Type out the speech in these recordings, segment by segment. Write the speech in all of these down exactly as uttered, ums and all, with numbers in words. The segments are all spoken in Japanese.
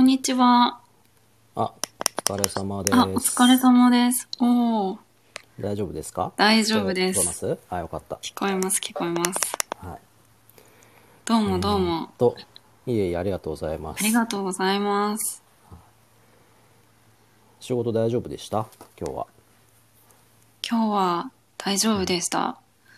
にちは。 あ、お疲れ様です。 あ、お疲れ様です。おー。 大丈夫ですか？ 大丈夫です。 聞こえます？あ、よかった。 聞こえます、聞こえます。 はい。 どうもどうも。 と、いえいえ、ありがとうございます。 ありがとうございます。 仕事大丈夫でした？今日は。 今日は大丈夫でした。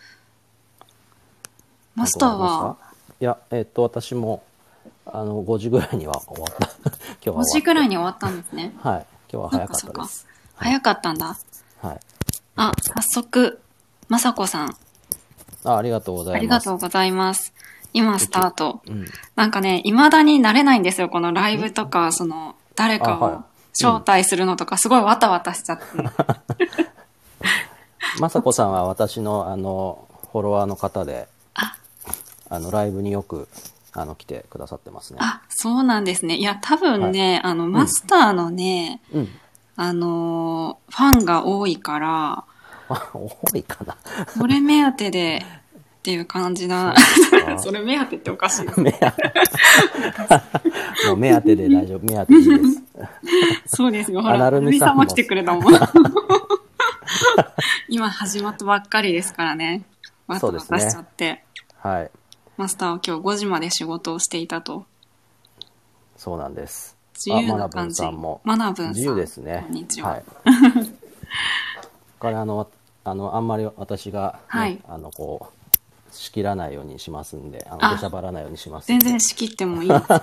うん、マスターは？ いや、えっと、私も、あの、ごじぐらいには終わった。今日は終わった。 ごじぐらいに終わったんですね。 はい。今日は早かったです。 早かったんだ。 はい。 あ、早速、まさこさん。 あ、ありがとうございます。 ありがとうございます。今スタート。うん、なんかね、未だに慣れないんですよ。このライブとか、その、誰かを招待するのとか、すごいわたわたしちゃって。 まさこさんは私の、あの、フォロワーの方で、ああの、ライブによく、あの、来てくださってますね。 あ、そうなんですね。いや、多分ね、はい、あの、マスターのね、うん、あの、ファンが多いから、 多いかな。 それ目当てで、っていう感じな。それ目当てっておかしいです。目当て。 もう目当てで大丈夫。目当てでいいです。 そうですよ。ほら、なるみさんも来てくれたもん。今始まったばっかりですからね。わたわたしちゃって。ね、はい。マスターは今日ごじまで仕事をしていたと。 そうなんです。 自由な感じ。 マナブンさんも。 マナブンさん。 自由ですね。 こんにちは。はい。 これあの、あの、あんまり私が、ね、はい、あの、こう、仕切らないようにしますんで、あの、出しゃばらないようにしますんで。 全然仕切ってもいいですよ。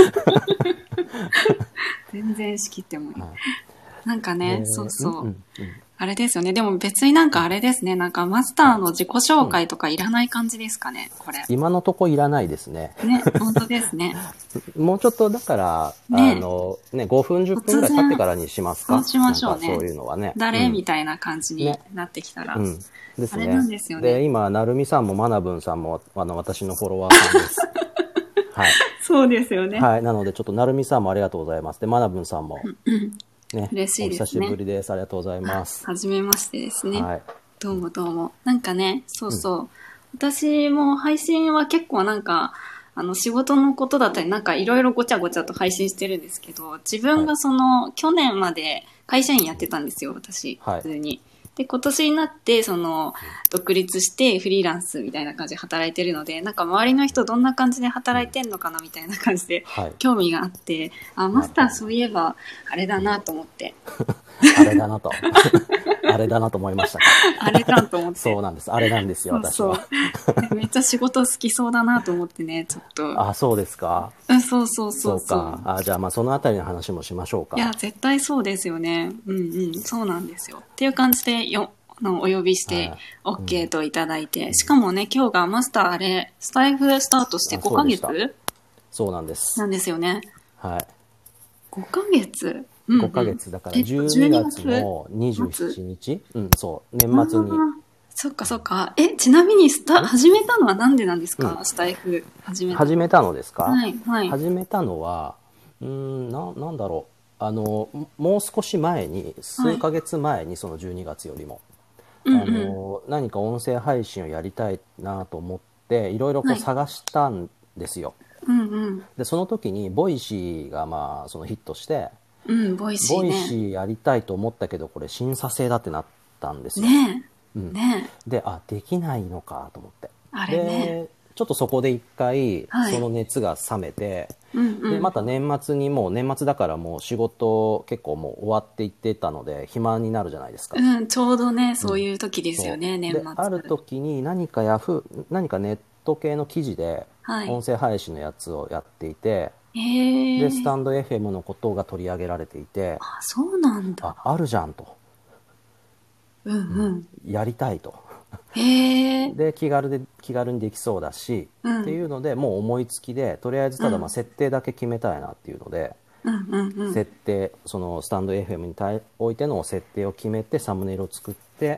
全然仕切ってもいい。はい、なんかね、そうそう。うんうんうん、あれですよね。でも別になんかあれですね。なんかマスターの自己紹介とかいらない感じですかね、これ。 今のとこいらないですね。 ね、本当ですね。 もうちょっとだから、ね、あの、ね、ごふんじゅっぷんぐらい経ってからにしますか？ そうしましょうね。 そういうのはね。 誰、うん、みたいな感じになってきたら。ね、うん。 ですね。 あれなんですよね。 で、今、なるみさんもまなぶんさんも、あの、私のフォロワーさんです。はい。 そうですよね。 はい。なので、ちょっとなるみさんもありがとうございます。で、まなぶんさんも。ね。 嬉しいですね。 お久しぶりです。ありがとうございます。 はじめましてですね。はい。どうもどうも。なんかね、そうそう。うん、私も配信は結構なんか、あの、仕事のことだったり、なんかいろいろごちゃごちゃと配信してるんですけど、自分がその、はい、去年まで会社員やってたんですよ、私。はい、普通に。で、今年になって、その、独立してフリーランスみたいな感じで働いてるので、なんか周りの人どんな感じで働いてんのかなみたいな感じで、興味があって、はい、あ、マスターそういえば、あれだなと思って。 あれだなと。あれだなと思いましたか。 あれだと思って。 そうなんです。あれなんですよ、私は。 そうめっちゃ仕事好きそうだなと思ってね、ちょっと。 あ、そうですか。 うんそうそうそうそうか。あ、じゃあまあそのあたりの話もしましょうか。 いや、絶対そうですよね。うんうん、そうなんですよ。っていう感じでよ、のお呼びして、OK といただいて、うん、しかもね、今日がマスターあれ、スタイフスタートしてごかげつ？ そうなんです。 なんですよね。 はい。 ごかげつうんうん、ごかげつだからじゅうにがつのにじゅうしちにち、うん、そう、年末に。 そっかそっか。え、ちなみにスタ、始めたのはなんでなんですか、うん、スタイフ始めたの。 始めたのですか？ はい、はい。 始めたのは、うーん、な、なんだろう。あの、もう少し前に、数ヶ月前にそのじゅうにがつよりも、はい、あの、うんうん、何か音声配信をやりたいなと思って、いろいろこう探したんですよ。 はい、うんうん。 で、その時に、ボイシーがまあ、そのヒットして、 うん、ボイシーね。 ボイシーやりたいと思ったけど、これ審査制だってなったんですよ。 ねえ。うん、 ねえ。で、あ、できないのかと思って。 あれね。 で、ちょっとそこで一回、その熱が冷めて、はい、で、また年末にもう、年末だからもう仕事結構もう終わっていってたので、暇になるじゃないですか。 うん、ちょうどね、そういう時ですよね、うん、年末。 で、ある時に何かヤフー、何かネット系の記事で、音声配信のやつをやっていて、はいでスタンド エフエム のことが取り上げられていて、 あ、そうなんだ。 あ、あるじゃんと、 うんうん、 やりたいと。 へーで気軽で気軽にできそうだし、うん、っていうのでもう思いつきでとりあえずただまあ設定だけ決めたいなっていうので、 うんうんうん、 設定そのスタンド エフエム においての設定を決めてサムネイルを作って、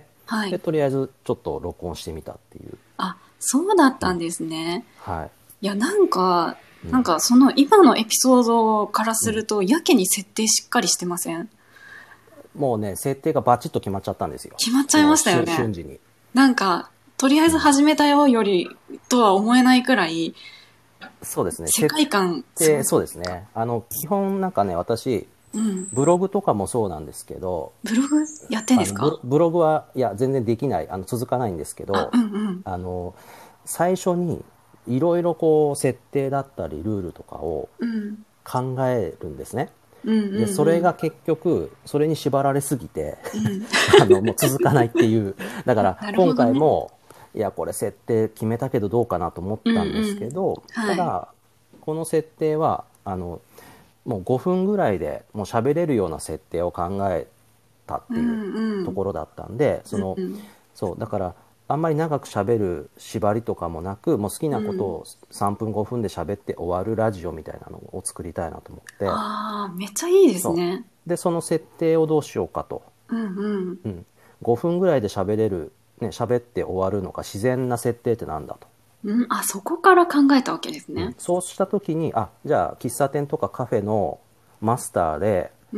はい、でとりあえずちょっと録音してみたっていう。 あ、そうだったんですね。 うん、はい。 いやなんかなんかその今のエピソードからすると、うん、やけに設定しっかりしてません？ もうね、設定がバチッと決まっちゃったんですよ。 決まっちゃいましたよね。 瞬時に。 なんか、とりあえず始めたよよりとは思えないくらい、 そうですね。 世界観。 で、そうですね。あの、基本なんかね、私、うん、ブログとかもそうなんですけど、 ブログやってんですか？ ブロ、ブログは、いや、全然できない、あの、続かないんですけど、あ、うんうん、あの、最初に、いろいろこう、設定だったり、ルールとかを考えるんですね。うん、で、それが結局、それに縛られすぎて、うん、あの、もう続かないっていう。だから、今回も、いや、これ設定決めたけどどうかなと思ったんですけど、うんうん、ただ、はい、この設定は、あの、もうごふんぐらいでもう喋れるような設定を考えたっていうところだったんで、その、そう、だからあんまり長く喋る縛りとかもなく、もう好きなことをさんぷんごふんで喋って終わるラジオみたいなのを作りたいなと思って。 ああ、めっちゃいいですね。 で、その設定をどうしようかと。うんうんうん、ごふんぐらいで喋れる、ね、喋って終わるのか自然な設定ってなんだと。 うん、あ、そこから考えたわけですね。うん、 そうした時に、あ、じゃあ喫茶店とかカフェのマスターで、うん、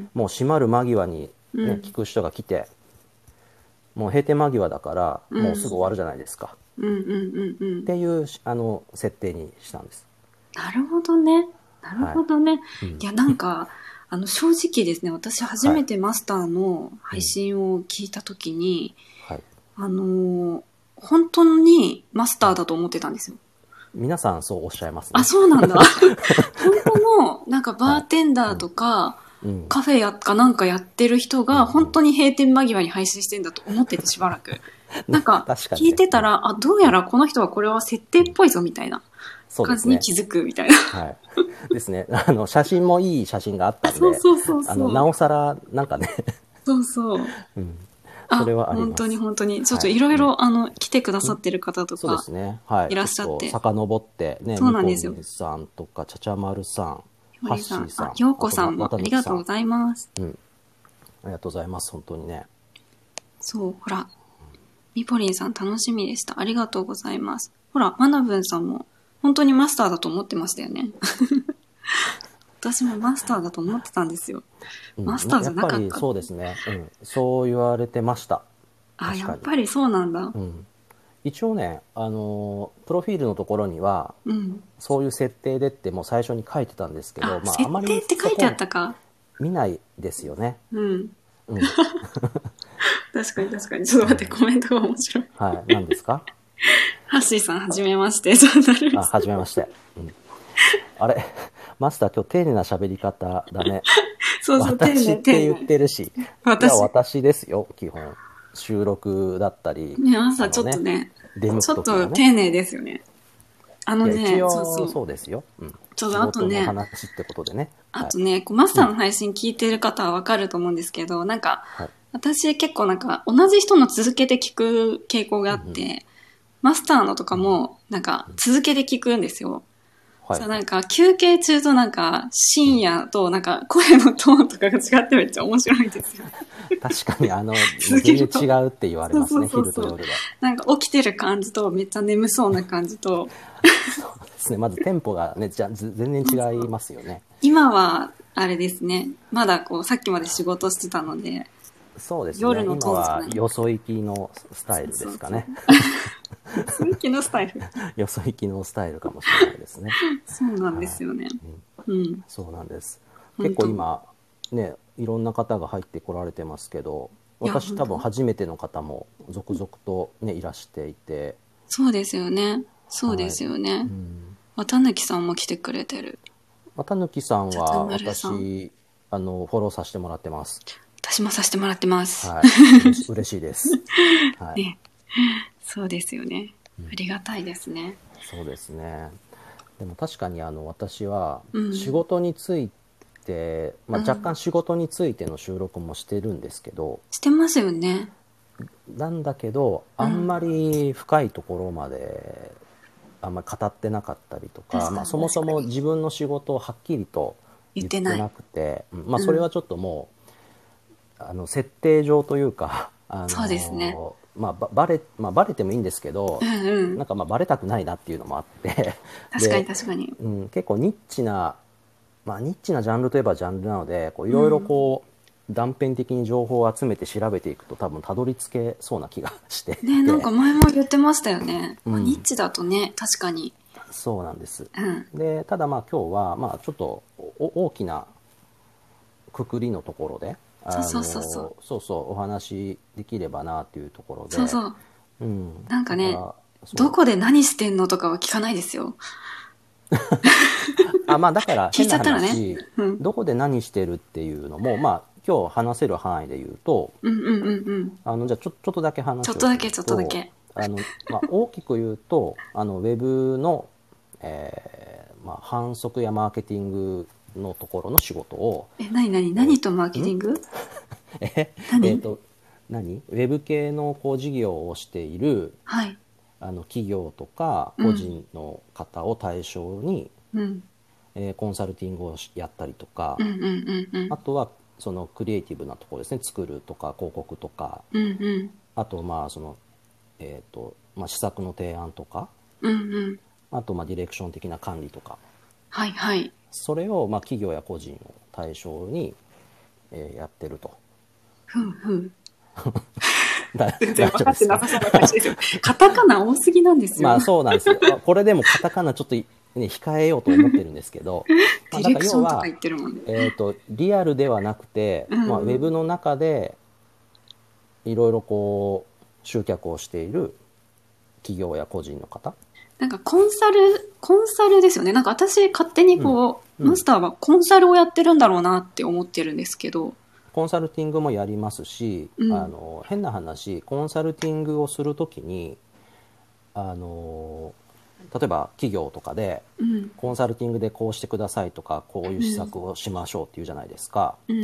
もう閉まる間際に、ね、うん、聞く人が来て、もう閉店間際だから、うん、もうすぐ終わるじゃないですか。うんうんうんうん、っていうあの設定にしたんです。 なるほどね。なるほどね。はい、うん、いや、なんか、あの、正直ですね、私初めてマスターの配信を聞いたときに、はい、あのー、本当にマスターだと思ってたんですよ。 皆さんそうおっしゃいますね。 あ、そうなんだ。本当の、なんかバーテンダーとか、はいうん、カフェやかなんかやってる人が、本当に閉店間際に配信してんだと思っててしばらく。なんか、聞いてたら、あ、どうやらこの人はこれは設定っぽいぞみたいな感じに気づくみたいな。 はい。ですね。あの、写真もいい写真があったんで、そうそうそうそう。あの、なおさら、なんかね。 そうそう。うんそれはあります。本当に本当に。ちょっといろいろ、あの、来てくださってる方とか、そうですね。はい。いらっしゃって。 遡ってね、そうなんですよ。みこみさんとか、ちゃちゃまるさん、ハッシーさん、 ようこさんもありがとうございます。 うん。ありがとうございます、本当にね。 そう、ほら。みぽりんさん楽しみでした。ありがとうございます。ほら、まなぶんさんも、本当にマスターだと思ってましたよね。私もマスターだと思ってたんですよ。マスターじゃなかった。 やっぱりそうですね。うん。そう言われてました。 あ、やっぱりそうなんだ。 うん。一応ね、あの、プロフィールのところには、うん、そういう設定でってもう最初に書いてたんですけど、 あまあ、あまり設定って書いてあったか見ないですよね。うん。うん、 確かに確かに。ちょっと待って、コメントが面白い。 はい。何ですか？ ハッシーさん、はじめまして。そうなる。 あ、はじめまして。うん、あれマスター今日丁寧な喋り方だね。 そうそう、丁寧。 私って言ってるし。私。いや、私ですよ、基本。収録だったり。 ね、朝ちょっとね、ねちょっと丁寧ですよね。あのね、 一応そうそうそうですよ。うん。 ちょっとあとね、 話ってことでね。 あとね、こうマスターの配信聞いてる方はわかると思うんですけど、うん、なんか、はい、私結構なんか同じ人の続けて聞く傾向があって、うんうん、マスターのとかもなんか続けて聞くんですよ。はい、なんか休憩中となんか深夜となんか声のトーンとかが違ってめっちゃ面白いんですよ。 確かにあの全然違うって言われますね。そうそうそう昼と夜で。 なんか起きてる感じとめっちゃ眠そうな感じと。 そうですね。まずテンポがねじゃ全然違いますよね。 今はあれですね。まだこうさっきまで仕事してたので。 そうですね。夜のトーン今はよそ行きのスタイルですかね。 よそ行きのスタイルよそ行きのスタイルかもしれないですね。 そうなんですよね。はいうん、 そうなんです。結構今ねいろんな方が入ってこられてますけど、私多分初めての方も続々とねいらしていて。 そうですよね。そうですよね。はいうん、綿貫さんも来てくれてる。 綿貫さんは私あのフォローさせてもらってます。 私もさせてもらってます。 はい。嬉しいです。 はい。ね。そうですよね。ありがたいですね。 うん、そうですね。でも確かにあの私は仕事について、うん、まあ、若干仕事についての収録もしてるんですけど、うん、 してますよね。 なんだけどあんまり深いところまであんまり語ってなかったりとか、まあ、そもそも自分の仕事をはっきりと言ってなくて、うん、まあ、それはちょっともう、うん、あの設定上というか、あのそうですね。 まあ、ばバレ、まあ、バレてもいいんですけど、うんうん、なんかまあバレたくないなっていうのもあって確かに確かに、 うん、結構ニッチな、まあ、ニッチなジャンルといえばジャンルなのでいろいろこう、うん、断片的に情報を集めて調べていくと多分たどり着けそうな気がしてねなんか前も言ってましたよね、うん、ニッチだとね確かにそうなんです。 うん。 でただまあ今日はまあちょっとお大きなくくりのところでそうあそうそうそう。 のそうそうお話できればなっていうところで、 そうそう。 うん、 なんかね、 だからそうどこで何してんのとかは聞かないですよ。 あまあだから聞い変なちゃったらね。 話うん。 どこで何してるっていうのもまあ今日話せる範囲で言うとうんうんうんうん。 あのじゃあちょ、ちょっとだけちょっ話をすとだけちょっとだるとけ。 あの、まあ、大きく言うとあのウェブの、えーまあ、販促やマーケティングのところの仕事をえ、なになにえ何とマーケティング？ ええー何？ と何ウェブ系のこう事業をしているはい。 あの企業とか個うん。 人の方を対象に、 うん。 えーコンサルティングをしやったりとか、 うんうんうんうん。 あとはそのクリエイティブなところですね、作るとか広告とか、 うんうん。 あとまあその、えーとまあ、施策の提案とか、 うんうん。 あとまあディレクション的な管理とか、 はいはい。 それをまあ企業や個人を対象に、えーやってると。 ふんふん。 だ全然大分かってな丈夫ですか？ さそうな感じですよ。カタカナ多すぎなんですよ。 まあそうなんですよ。これでもカタカナちょっと、ね、控えようと思ってるんですけど、まあ、だディレクから要は、 ションとか言ってるもんね。 えーと、リアルではなくて、 うんまあ、ウうん。 ェブの中でいろいろこう集客をしている企業や個人の方、 なんかコンサル、コンサルですよね。なんか私勝手にうん、 こう、 うん、 マスターはコンサルをやってるんだろうなって思ってるんですけど。 コンサルティングもやりますし、 うん。 あの変な話コンサルティングをするときにあの例えば企業とかでうん。 コンサルティングでこうしてくださいとかこういう施うん。 策をしましょうっていうじゃないですか。 うんうん。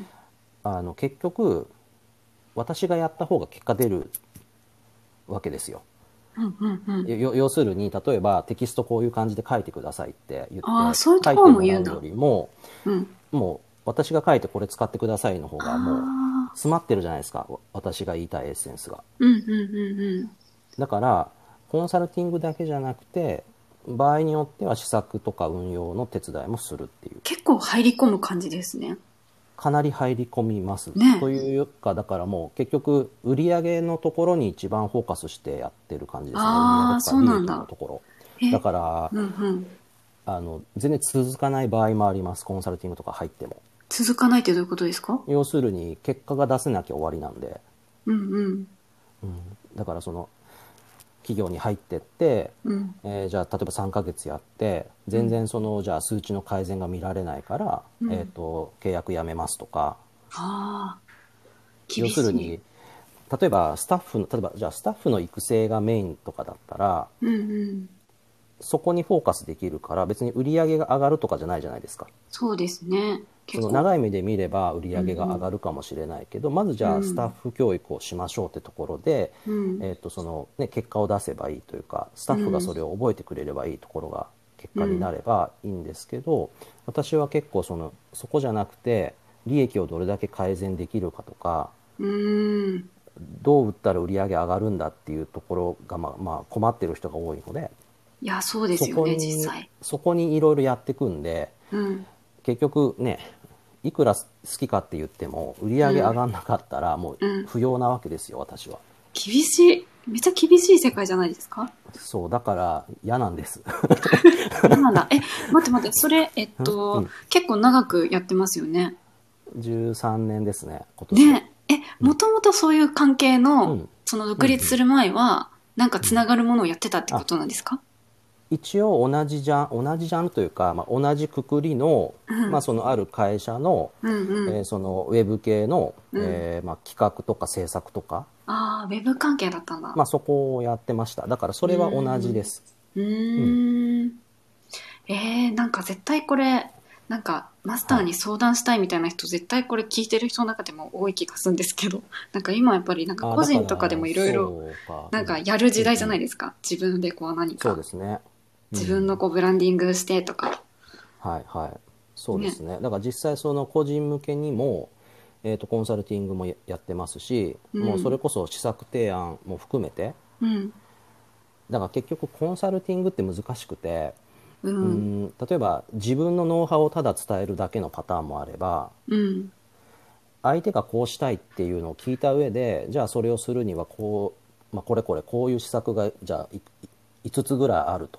あの結局私がやった方が結果出るわけですよ。 うんうんうん。 よ要するに例えばテキストこういう感じで書いてくださいって言っああ、 てそういうところ書いてもらうよも言うんだ。 りもうん。 もう私が書いてこれ使ってくださいの方がもうああ。 詰まってるじゃないですか、私が言いたいエッセンスが。 うんうんうんうん。 だからコンサルティングだけじゃなくて場合によっては施策とか運用の手伝いもするっていう、 結構入り込む感じですね。 かなり入り込みますね。 というか、だからもう結局売上のところに一番フォーカスしてやってる感じですね。売上ああ、 とか利益のそうなんだ。 ところだえ、 からうんうん。 あの全然続かない場合もあります、コンサルティングとか入っても。 続かないってどういうことですか？ 要するに結果が出せなきゃ終わりなんで、 うんうん。 だからその企業に入ってって、 うん。 えーじゃあ例えばさんかげつやって全然そのじゃあ数値の改善が見られないから、 うん。 えー、と契約やめますとか、 ああ、厳要するしい。 に例えばスタッフの例えばじゃあスタッフの育成がメインとかだったらうんうん。 そこにフォーカスできるから別に売り上げが上がるとかじゃないじゃないですか。 そうですね。 その結構。 長い目で見れば売りうん上げが上がるかもしれないけど、まずじゃあスタッうん。 フ教育をしましょうってところで、 うん。 えーとそのね、結果を出せばいいというかスタッフがうん。 それを覚えてくれればいいところが結うん。 果になればいいんですけど、私は結構そのそこじゃなくて利益をどれだけ改善できるかとかうーん。 どう売ったら売り上げ上がるんだっていうところが、まあ、まあ困ってる人が多いので、 いや、そうでそすよね、実こに際。 そこにいろいろやっていくんで、 うん。 結局ねいくら好きかって言っても売り上げ上うん。 がんなかったらもううん。 不要なわけですよ、私は。 厳しい。めっちゃ厳しい世界じゃないですか？ そうだから嫌なんです。 嫌なんだ。え、待って待って、それ、えっと、 うん、 結構長くやってますよね。 じゅうさんねんですね今年で。 ねえ。え、もともとそういう関係の、 うん、 その独うん、うん、 立する前は、なんかうん。 つながるものをやってたってこあとなんですか？ 一応同じジャン同じジャンルというか、まあ、同じくくりの、まあ、 うん。 そのある会社の、 うんうん。 えーそのウェブ系の、 うん。 えーまあ、企画とか制作とか、 ああ、ウェブ関係だったんだ。 まあ、そこをやってました。だからそうれは同じーん。 です。 ううん、 ーん。えー、なんか絶対これ、なんかマスタはい。 ーに相談したいみたいな人、絶対これ聞いてる人の中でも多い気がするんですけど、なんか今やっぱりなんか個あだか人とかでもらいろいろそうか、 なんかうん、 やる時代じゃないうん、うん、 ですか。自分でこう何かそうですね。う自分のん、 こうブランディングしてとか。 はいはい、そうでね。 すね。だから実際その個人向けにも、えーと、コンサルティングもややってますし、もうそれうん。 こそ施策提案も含めて、 うん。 だから結局コンサルティングって難しくて、うーうん。 ん、例えば自分のノウハウをただ伝えるだけのパターンもあれば、 うん。 相手がこうしたいっていうのを聞いた上で、じゃあそれをするにはこう、まあ、これこれこういう施策がじゃあいいつつぐらいあると。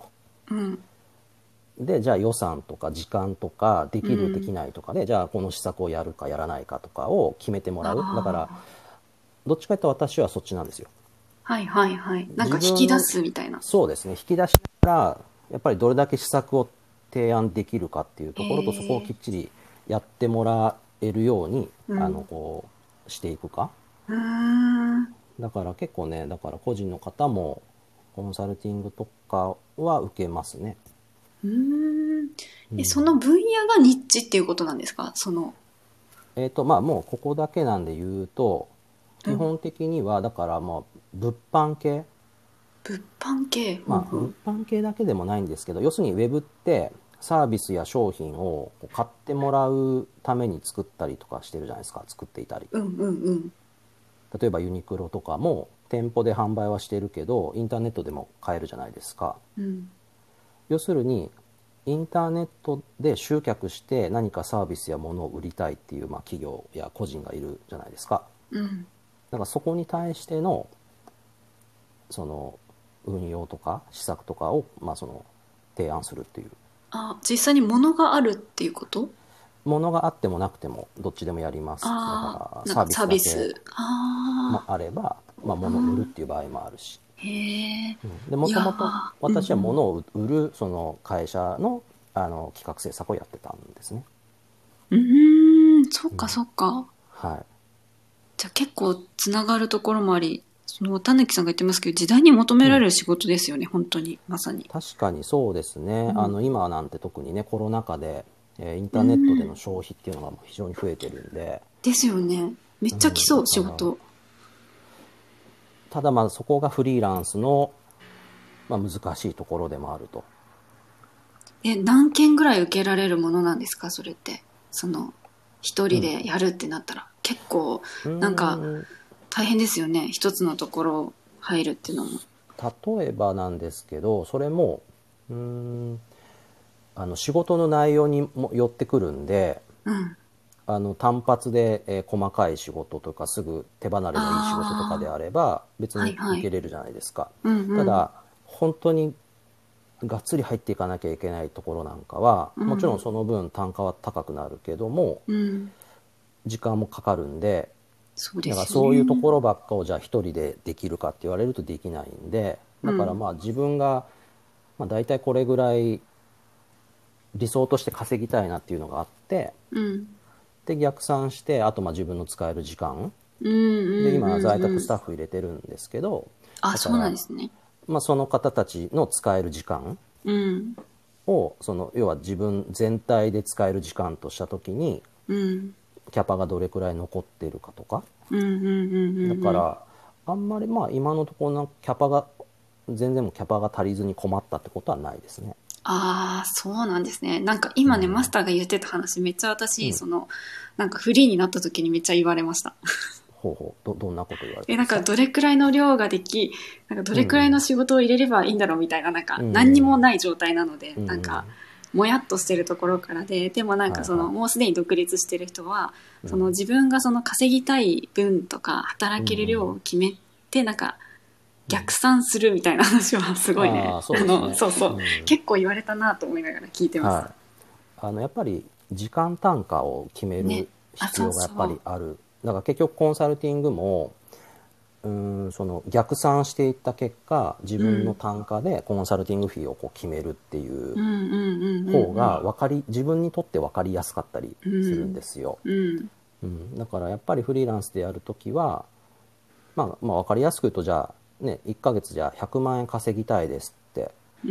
うん。 でじゃあ予算とか時間とかできるできないとかで、じゃあこの施策をやるかやらないかとかを決めてもらう。だからあどっちかというと私はそっちなんですよ。 あ。はいはいはい。なんか自引き出分の、 すみたいな。 そうですね、引き出しながらやっぱりどれだけ施策を提案できるかっていうところと、そこをへえ。 きっちりやってもらえるようにあのうん。 こうしていくか。 うーん。 だから結構ね、だから個人の方もコンサルティングとかは受けますね。 うーん。え、その分野がニッチっていうことなんですか？その、 えっとまあもうここだけなんで言うと、 うん。 基本的にはだからまあ物販系、 物販系。ほうまあ物ほう。 販系だけでもないんですけど、要するにウェブってサービスや商品を買ってもらうために作ったりとかしてるじゃないですか。作っていたり、 うんうんうん。 例えばユニクロとかも店舗で販売はしてるけどインターネットでも買えるじゃないですか。 うん。 要するにインターネットで集客して何かサービスやものを売りたいっていう、まあ、企業や個人がいるじゃないですか。 うん。 だからそこに対してのその運用とか施策とかを、まあ、その提案するっていう。 あ、実際に物があるっていうこと？ ものがあってもなくてもどっちでもやります。だああー、なんからサービかサースだけビス。あもあれば、まあ、 あ。あ物を売るっていう場合もあるし、 ーへえ。 でもいやともとー、うん私は物を売るその会社の、あの企画制作をやってたんですね。 うん。うーん、そっかそっか。 はい。 じゃあ結構つながるところもあり、その、たぬきさんが言ってますけど、時代に求められる仕事ですよね、本当に、まさに。 確かにそうですね。あうん。 の今なんて特にね、コロナ禍で、えーインタうーネットでのん。 消費っていうのが非常に増えてるんで、 ですよね。めっうん、 ちゃ来そう、 だから仕事。 ただまあそこがフリーランスの、まあ、難しいところでもあると。 え、何件ぐらい受けられるものなんですか、それって。その、一人でやるってなったら。結構、 うーなんか、 ん大変ですよね。一つのところ入るっていうのも。 例えばなんですけど、それもうーんあの仕事の内容にもよってくるんで、 うん。 あの単発で、えー細かい仕事とかすぐ手離れのいい仕事とかでああれば別あ、はにいはい。 受けれるじゃないですか。 うんうん。 ただ本当にがっつり入っていかなきゃいけないところなんかはうん。 もちろんその分単価は高くなるけどもうん。 時間もかかるんで、 そうでだからすよね。 そういうところばっかをじゃあ一人でできるかって言われるとできないんで、だからうん。 まあ自分が、まあ、大体これぐらい理想として稼ぎたいなっていうのがあって、 うん。 で逆算してあとまあ自分の使える時間うんうんうで今在んうん。 宅スタッフ入れてるんですけど、 あ、そうなんだから、 ですね。 まあ、その方たちの使える時間うん。 をその要は自分全体で使える時間とした時にうん。 キャパがどれくらい残っているかとか、 うんうんうんうんうん。 だからあんまりまあ今のところのキャパが全然もうキャパが足りずに困ったってことはないですね。 ああ、そうなんですね。なんか今ね、マスターが言ってた話、めっちゃ私、その、なんかフリーになった時にめっちゃ言われました。 ほうほう、どどんなこと言われたえ、 んですか？ なんかどれくらいの量ができ、なんかどれくらいの仕事を入れればいいんだろうみたいな、なんか何にもない状態なので、 うんなんか、 うんもやっとしてるところからで、でもなんかその、 はいはもうすでに独立してる人は、その自分がその稼ぎたい分とか、働ける量を決めて、なんか、逆算するみたいな話はすごいね、 ああそうあの、 ですね、 そうそう、 うん、 結構言われたなと思いながら聞いてました。 はい、あのやっぱり時間単価を決めね。 るあ、 必要がやっぱそうそう。 りある。だから結局コンサルティングもうーんその逆算していった結果自分のうん。 単価でコンサルティングフィーをこう決めるっていううんうんうん方うんが分かり自分にとって分かりやすかったりうするんん。 ですよ。 うん。うん。 うん、だからやっぱりフリーランスでやるときは、まあ、まあ分かりやすく言うとじゃあ、ね、いっかげつじゃあひゃくまん円稼ぎたいですって、 うん。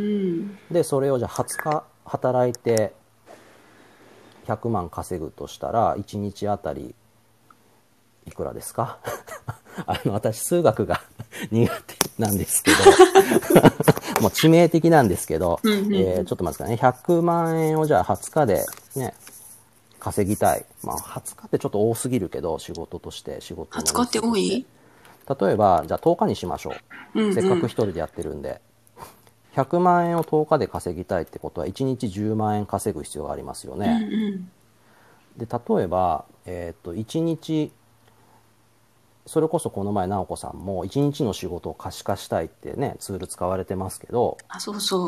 でそれをじゃあはつか働いてひゃくまん稼ぐとしたらいちにちあたりいくらですか？あの私数学が苦手なんですけどもう致命的なんですけど、 うんうんうん。 えーちょっと待ってくださいね、ひゃくまん円をじゃあはつかでね稼ぎたい。まあはつかってちょっと多すぎるけど仕事として仕事のはつかって日数として多い？ 例えばじゃあとおかにしましょう。せっかくうんうん。 一人でやってるんでひゃくまん円をとおかで稼ぎたいってことはいちにちじゅうまん円稼ぐ必要がありますようんね。 うん。 で例えば、えー、といちにちそれこそこの前直子さんもいちにちの仕事を可視化したいってねツール使われてますけど、 あ、そうそう。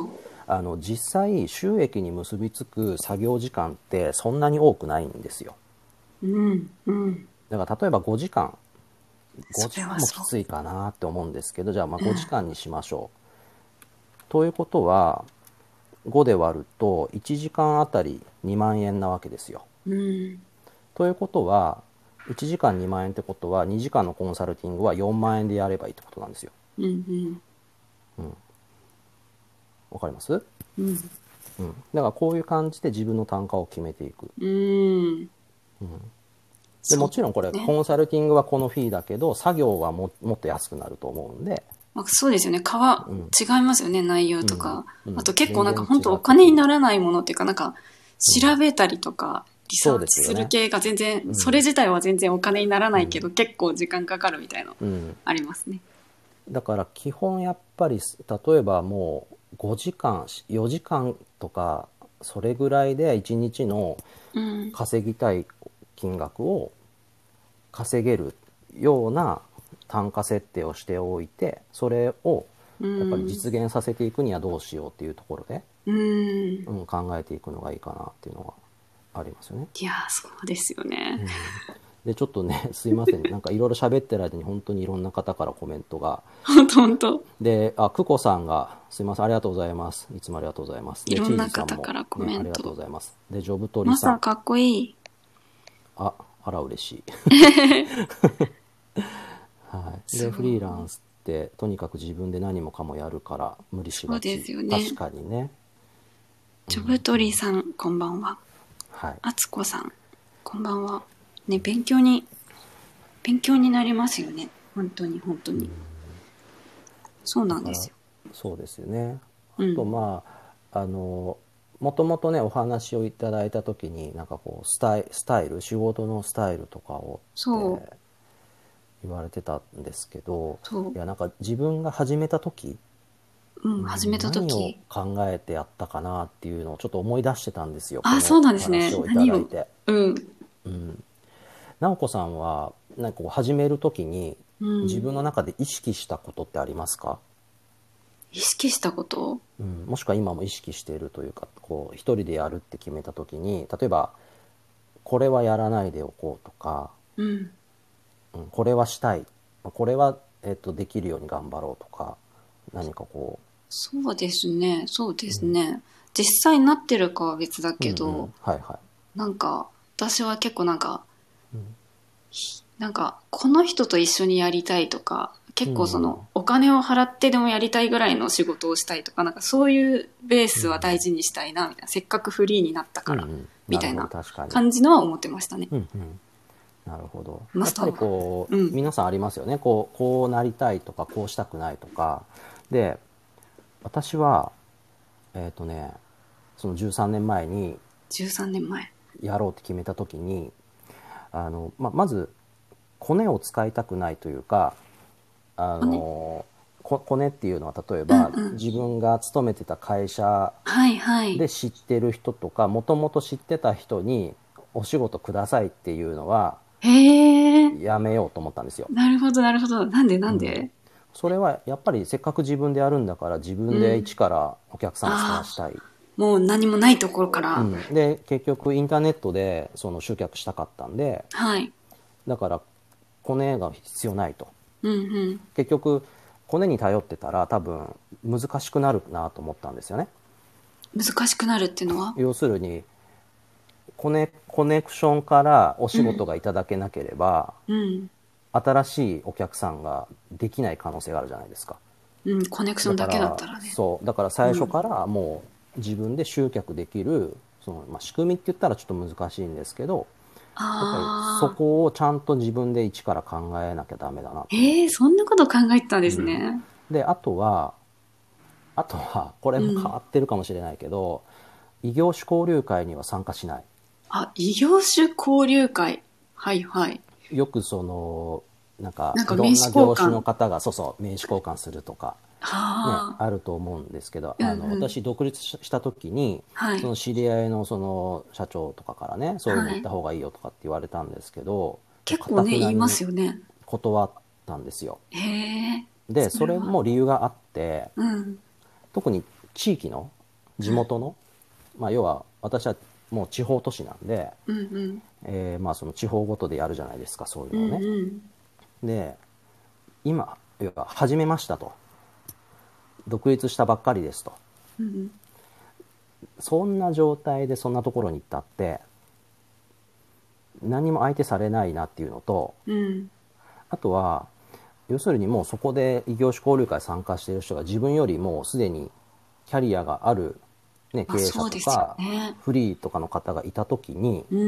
あの実際収益に結びつく作業時間ってそんなに多くないんですよ。 うんうん。 だから例えばごじかん、ごじかんもそれはそう。 きついかなって思うんですけど、じゃあまあごじかんにしましょう。ということはごで割るといちじかんあたりにまん円なわけですよ。 うん。 ということはいちじかんにまん円ってことはにじかんのコンサルティングはよんまん円でやればいいってことなんですよ。 うんうんわかります？ うん。 うん、だからこういう感じで自分の単価を決めていく。 うん。 でもちろんこれね。 コンサルティングはこのフィーだけど作業はももっと安くなると思うんで、 まあ、そうですよね。川、違いますよね、内容とか。 うんうんあと結構なんか全然違う本当お金にならないものっていうか、なんか調べたりとか、リサーチする系が全然、そ,、それ自体は全然お金にならないけど、結構時間かかるみたいなのうん、 ありますね。 だから基本やっぱり例えばもうごじかんよじかんとかそれぐらいでいちにちのうん。 稼ぎたい金額を稼げるような単価設定をしておいて、それをやっぱり実現させていくにはどうしようっていうところで、 うん。 うん、考えていくのがいいかなっていうのがありますよね。 いやー、そうですよね。 でちょっとねすいません、なんかいろいろ喋ってる間に本当にいろんな方からコメントがほんとほんと。 で、あ、久子さんがすいません、ありがとうございます、いつもありがとうございます。でいろんなチーズさんも方からコメント、 ね、ありがとうございます。でジョブトリマさん、 サかっこいい。 あ、あら嬉しいはい、でフリーランスってとにかく自分で何もかもやるから無理しそうでがち、 すよね。 確かにね。 ジョブトリさん、こんばんは。 はい、 あつこさん、こんばんは。ね、勉強に、勉強になりますよね。本当に、本当に。そうなんですよ。 そうですよね。あうんとまあ、あのもともとねお話をいただいた時になんかこうスタイスタイル仕事のスタイルとかをそうって言われてたんですけど、 そういやなんか自分が始めた時、 うん、始めた何を時。 考えてやったかなっていうのをちょっと思い出してたんですよ、こあ、 のそうなんですね。 話をいた何を。 だいて。 うん。 直子さんはなんかこう始める時にうん。 自分の中で意識したことってありますか？ 意識したこと。 うん、もしくは今も意識しているというか、こう一人でやるって決めた時に例えばこれはやらないでおこうとか、 うん。 うん、これはしたい、これは、えっと、できるように頑張ろうとか、何かこそうですね。そうですね。実際になってるかは別だう、 けど、 うんうん、はいはなんか、私は結構なんか、なんか、この人と一緒にやりたいとか、結構その、お金を払ってでもやりたいぐらいの仕事をしたいとか、なんかそういうベースは大事にしたいな、みたいな。せっかくフリーになったから、 うんうんみたいななるほど確かに感じのは思ってましたね。 い。うんうん、なるほど。 マスターやっぱりこう、 うん皆さんありますよね。こう、こうなりたいとか、こうしたくないとか。で、私は、えっとね、そのじゅうさんねんまえにじゅうさんねんまえ。 やろうって決めた時に、あの、ま、まず、コネを使いたくないというか、あの、ココネっていうのは例えば、 うんうん自分が勤めてた会社はいはい。 で知ってる人とか、もともと知ってた人にお仕事くださいっていうのはへえ。 やめようと思ったんですよ。 なるほどなるほど。なんでなんで、 それはやっぱりせっかく自分でやるんだから自分で一からお客さんを探したい、 もう何もないところから。 うんで結局インターネットでその集客したかったんで、 はい。 だからコネが必要ないと。 うんうん。 結局コネに頼ってたら多分難しくなるなと思ったんですよね。 難しくなるっていうのは。 要するにコネ、コネクションからお仕事がいただけなければ、 うん。 新しいお客さんができない可能性があるじゃないですか。 うん、コネクションだけだったらね。 そうだから最初からもう自分で集客できるその、まあ、仕組みって言ったらちょっと難しいんですけど、やっぱりああ。 そこをちゃんと自分で一から考えなきゃダメだなと。 ええー、そんなこと考えてたんですね。 であとはあとはこれも変わってるかもしれないけど、異業種交流会には参加しない。 あ、異業種交流会。はいはい。 よくそのなんかなんかいろんな名刺交換業種の方がそうそう名刺交換するとか、ね、 はあ。 あると思うんですけど、 うんうんあの私独立した時に、 はいその知り合いのその社長とかからねそういうの行った方がいいよとかって言われたんですけど、 結構ね、言いますよね。 断ったんですよ。 へえ。 でそれも理由があって、 うん。 特に地域の地元の、まあ、要は私はもう地方都市なんで、 うんうん。 えーまあその地方ごとでやるじゃないですか、そういううんのをね。 うん。 で、今、要は始めましたと。独立したばっかりですと。 うんうん。 そんな状態でそんなところに行ったって、何も相手されないなっていうのと、 うん。 あとは、要するにもうそこで異業種交流会参加している人が自分よりもすでにキャリアがある、ね、 まあ経営者そうですよとかね。 フリーとかの方がいた時に、 うん。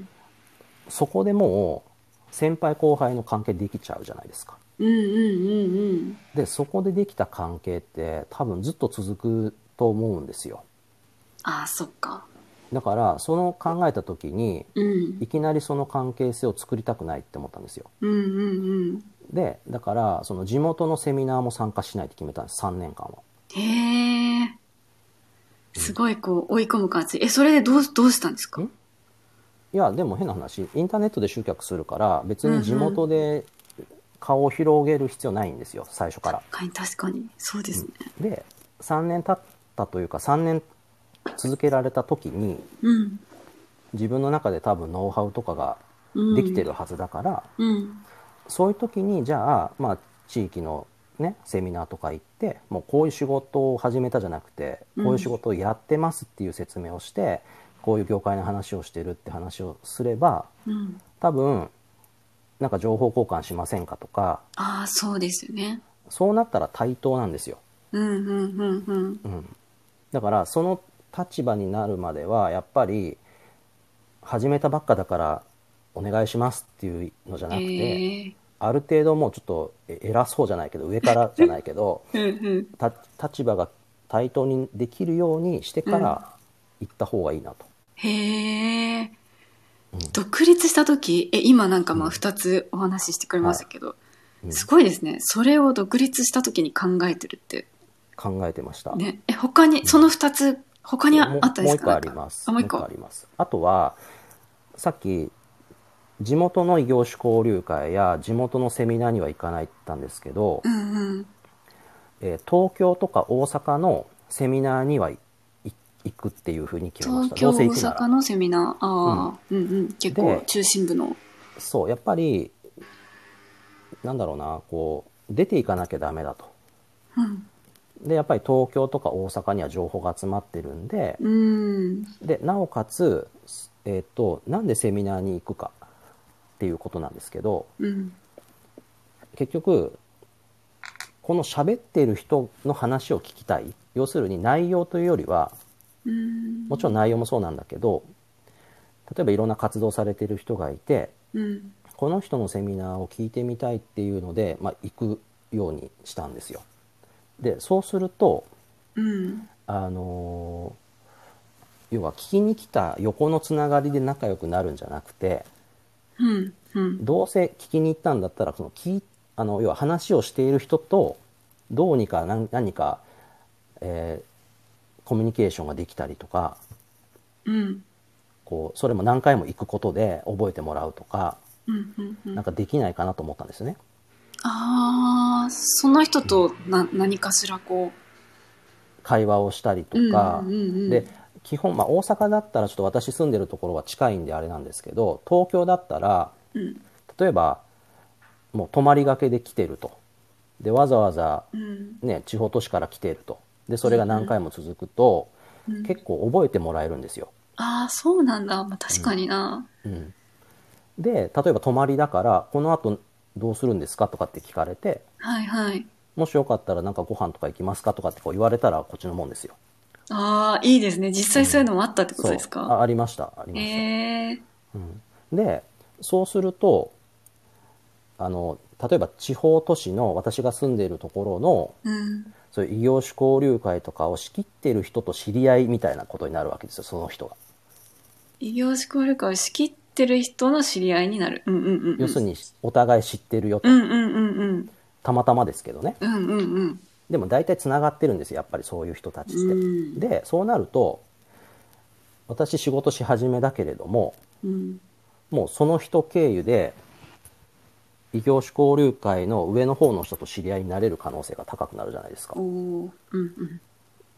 そこでもう先輩後輩の関係できちゃうじゃないですか。 うんうんうんうん。 でそこでできた関係って多分ずっと続くと思うんですよ。 ああ、そっか。 だからその考えた時にうん。 いきなりその関係性を作りたくないって思ったんですよ。 うんうんうん。 でだからその地元のセミナーも参加しないって決めたんです、さんねんかんは。 へえ。すごいこう追い込む感じ。え、それでどう、どうしたんですか？ んいやでも変な話、インターネットで集客するから別うんに地うん。 元で顔を広げる必要ないんですよ、最初から。 確かに確かに。そうですね。 でさんねん経ったというかさんねん続けられた時にうん。 自分の中で多分ノウハウとかがうできてん。 るはずだから、 うん。 そういう時にじゃあ、まあ、地域の、ね、セミナーとか行ってもうこういう仕事を始めたじゃなくてうん。 こういう仕事をやってますっていう説明をしてこういう業界の話をしてるって話をすればうん。 多分なんか情報交換しませんかとか、 ああ、そうですよね。 そうなったら対等なんですよ。 うんうんうんうん。 うん、だからその立場になるまではやっぱり始めたばっかだからお願いしますっていうのじゃなくて、 へえ。 ある程度もうちょっとえ偉そうじゃないけど上からじゃないけどうんうん。 た立場が対等にできるようにしてうん。 から行った方がいいなと。 へえ。独立した時、え、今なんかまあうん、 二つお話ししてくれまはい、 したけど、すうん、 ごいですね。それを独立した時に考えてるって。 考えてました。 ね。え、他に、その二つ、他にあもったでうもう一個ありすか？なんか。あ、 ます。もう一個もう一個。 あります。あとはさっき地元の異業種交流会や地元のセミナーには行かないって言ったんですけど、 うんうん。 えー東京とか大阪のセミナーにはい行くっていうふうに決めました。どう東京、大せ行くなら。 阪のセミナー。 うん。 ああ、うんうん。結構で、 中心部の。 そう、やっぱり、なんだろうな、こう、出ていかなきゃダメだと。 うん。 で、やっぱり東京とか大阪には情報が集まってるんで、 うーん。 で、なおかつ、えっと、なんでセミナーに行くかっていうことなんですけど、 うん。 結局、この喋っている人の話を聞きたい。要するに内容というよりは、 うーん。 もちろん内容もそうなんだけど、例えばいろんな活動されている人がいて、 うん。 この人のセミナーを聞いてみたいっていうので、まあ、行くようにしたんですよ。でそうすると、 うん。 あのー要は聞きに来た横のつながりで仲良くなるんじゃなくて、 うん。うん。 どうせ聞きに行ったんだったらその聞あの要は話をしている人とどうにか何何か、えーコミュニケーションができたりとか、 うん。 こうそれも何回も行くことで覚えてもらうとか、 うん。うん。うん。 なんかできないかなと思ったんですよね。 ああ、その人とな、何かしらこ会話をしたりう。 とうんうんかで、 うん基本、まあ、大阪だったらちょっと私住んでるところは近いんであれなんですけど、東京だったらうん。 例えばもう泊まりがけで来てると、でわざわざ、 うん。 ね、地方都市から来てると、でそれが何回も続くと、 うん。 結構覚えてもらえるんですよ。 ああ、そうなんだ。まあ、確かにな。 うん、で例えば泊まりだからこの後どうするんですかとかって聞かれて、 はいはい。 もしよかったらなんかご飯とか行きますかとかってこう言われたらこっちのもんですよ。 ああ、いいですね。実際そういうのもあったってことですか？ そうあありましたありました。 ええ。 でそうするとあの例えば地方都市の私が住んでいるところのうん。 そういう異業種交流会とかを仕切っている人と知り合いみたいなことになるわけですよ、その人が。 異業種交流会を仕切ってる人の知り合いになる。うんうんうんうん。 要するにお互い知ってるよと。 うんうんうんうん。 たまたまですけどね。 うんうんうん。 でも大体つながってるんですよ、やっぱりそういう人たちうって。 ん。 でそうなると私仕事し始めだけれども、 うん。 もうその人経由で異業種交流会の上の方の人と知り合いになれる可能性が高くなるじゃないですか。 おー。うんうん。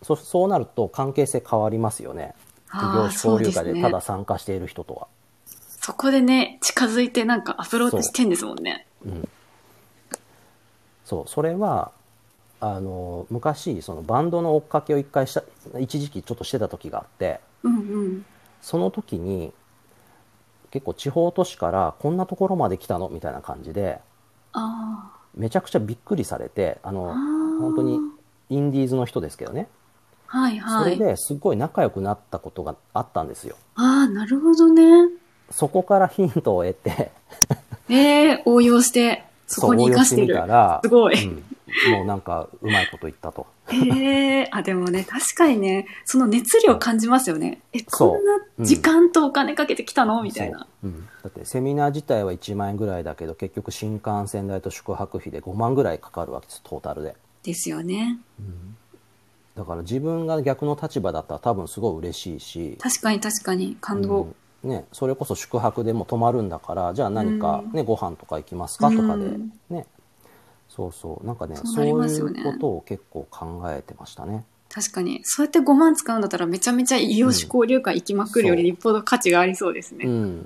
そそうなると関係性変わりますよね。異業種交流会でただ参加している人とは。 そこでね、近づいてなんかアプローチしてんですもんね。 そう、うん、そうそれはあの昔そのバンドの追っかけを一回した一時期ちょっとしてた時があって、 うんうん、 その時に結構地方都市からこんなところまで来たのみたいな感じで、 あめちゃくちゃびっくりされて、あのあ本当にインディーズの人ですけどね、 はいはい。 それですごい仲良くなったことがあったんですよ。 ああ、なるほどね。 そこからヒントを得てええー、応用して、そこにそう応用してみ活かしてる。 たら、 すごい。 うん、もうなんかうまいこと言ったと。 へえ、あ、でもね、確かにね、その熱量感じますよね。え、こんそなう、うん、 時間とお金かけてきたのみたいそな。 う、うん、だってセミナー自体はいちまん円ぐらいだけど結局新幹線代と宿泊費でごまんぐらいかかるわけです、トータルで。 ですよね。 だから自分が逆の立場だったら多分すごい嬉しいし、 確かに確かに、感動。 うんね、それこそ宿泊でも泊まるんだからじゃあ何か、ね、ご飯とか行きますかとかで、 うんね、そうそうなんかね、 そうなりそういますよね。 うことを結構考えてましたね。 確かに。そうやってごまん使うんだったらめちゃめちゃ異業種交流会行きまくるよりそうよっぽど価値がありそうですね。 うん、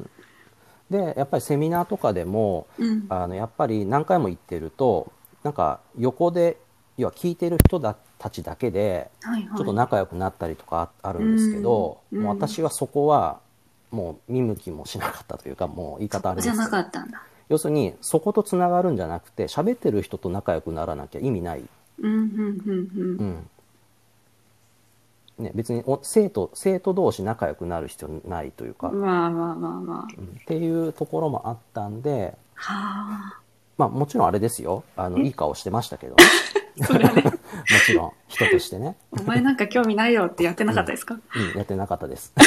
でやっぱりセミナーとかでも、 うん。 あのやっぱり何回も行ってるとなんか横で要は聞いてる人たちだけではいはい。 ちょっと仲良くなったりとかあるんですけど、 うん、 もううん、 私はそこはもう見向きもしなかったというか、もう言い方あれですけど、 じゃなかったんだ。 要するにそことつながるんじゃなくて喋ってる人と仲良くならなきゃ意味ない、 うん、うん、うん、うん。 ね、別にお生徒生徒同士仲良くなる必要ないというか、 まあまあまあまうんっていうところもあったんで、 あ。はあ。 まあもちろんあれですよ、あのえ、 いい顔してましたけどねそれはね、 もちろん人としてね、 お前なんか興味ないよってやってなかったですか？ うん、やってなかったです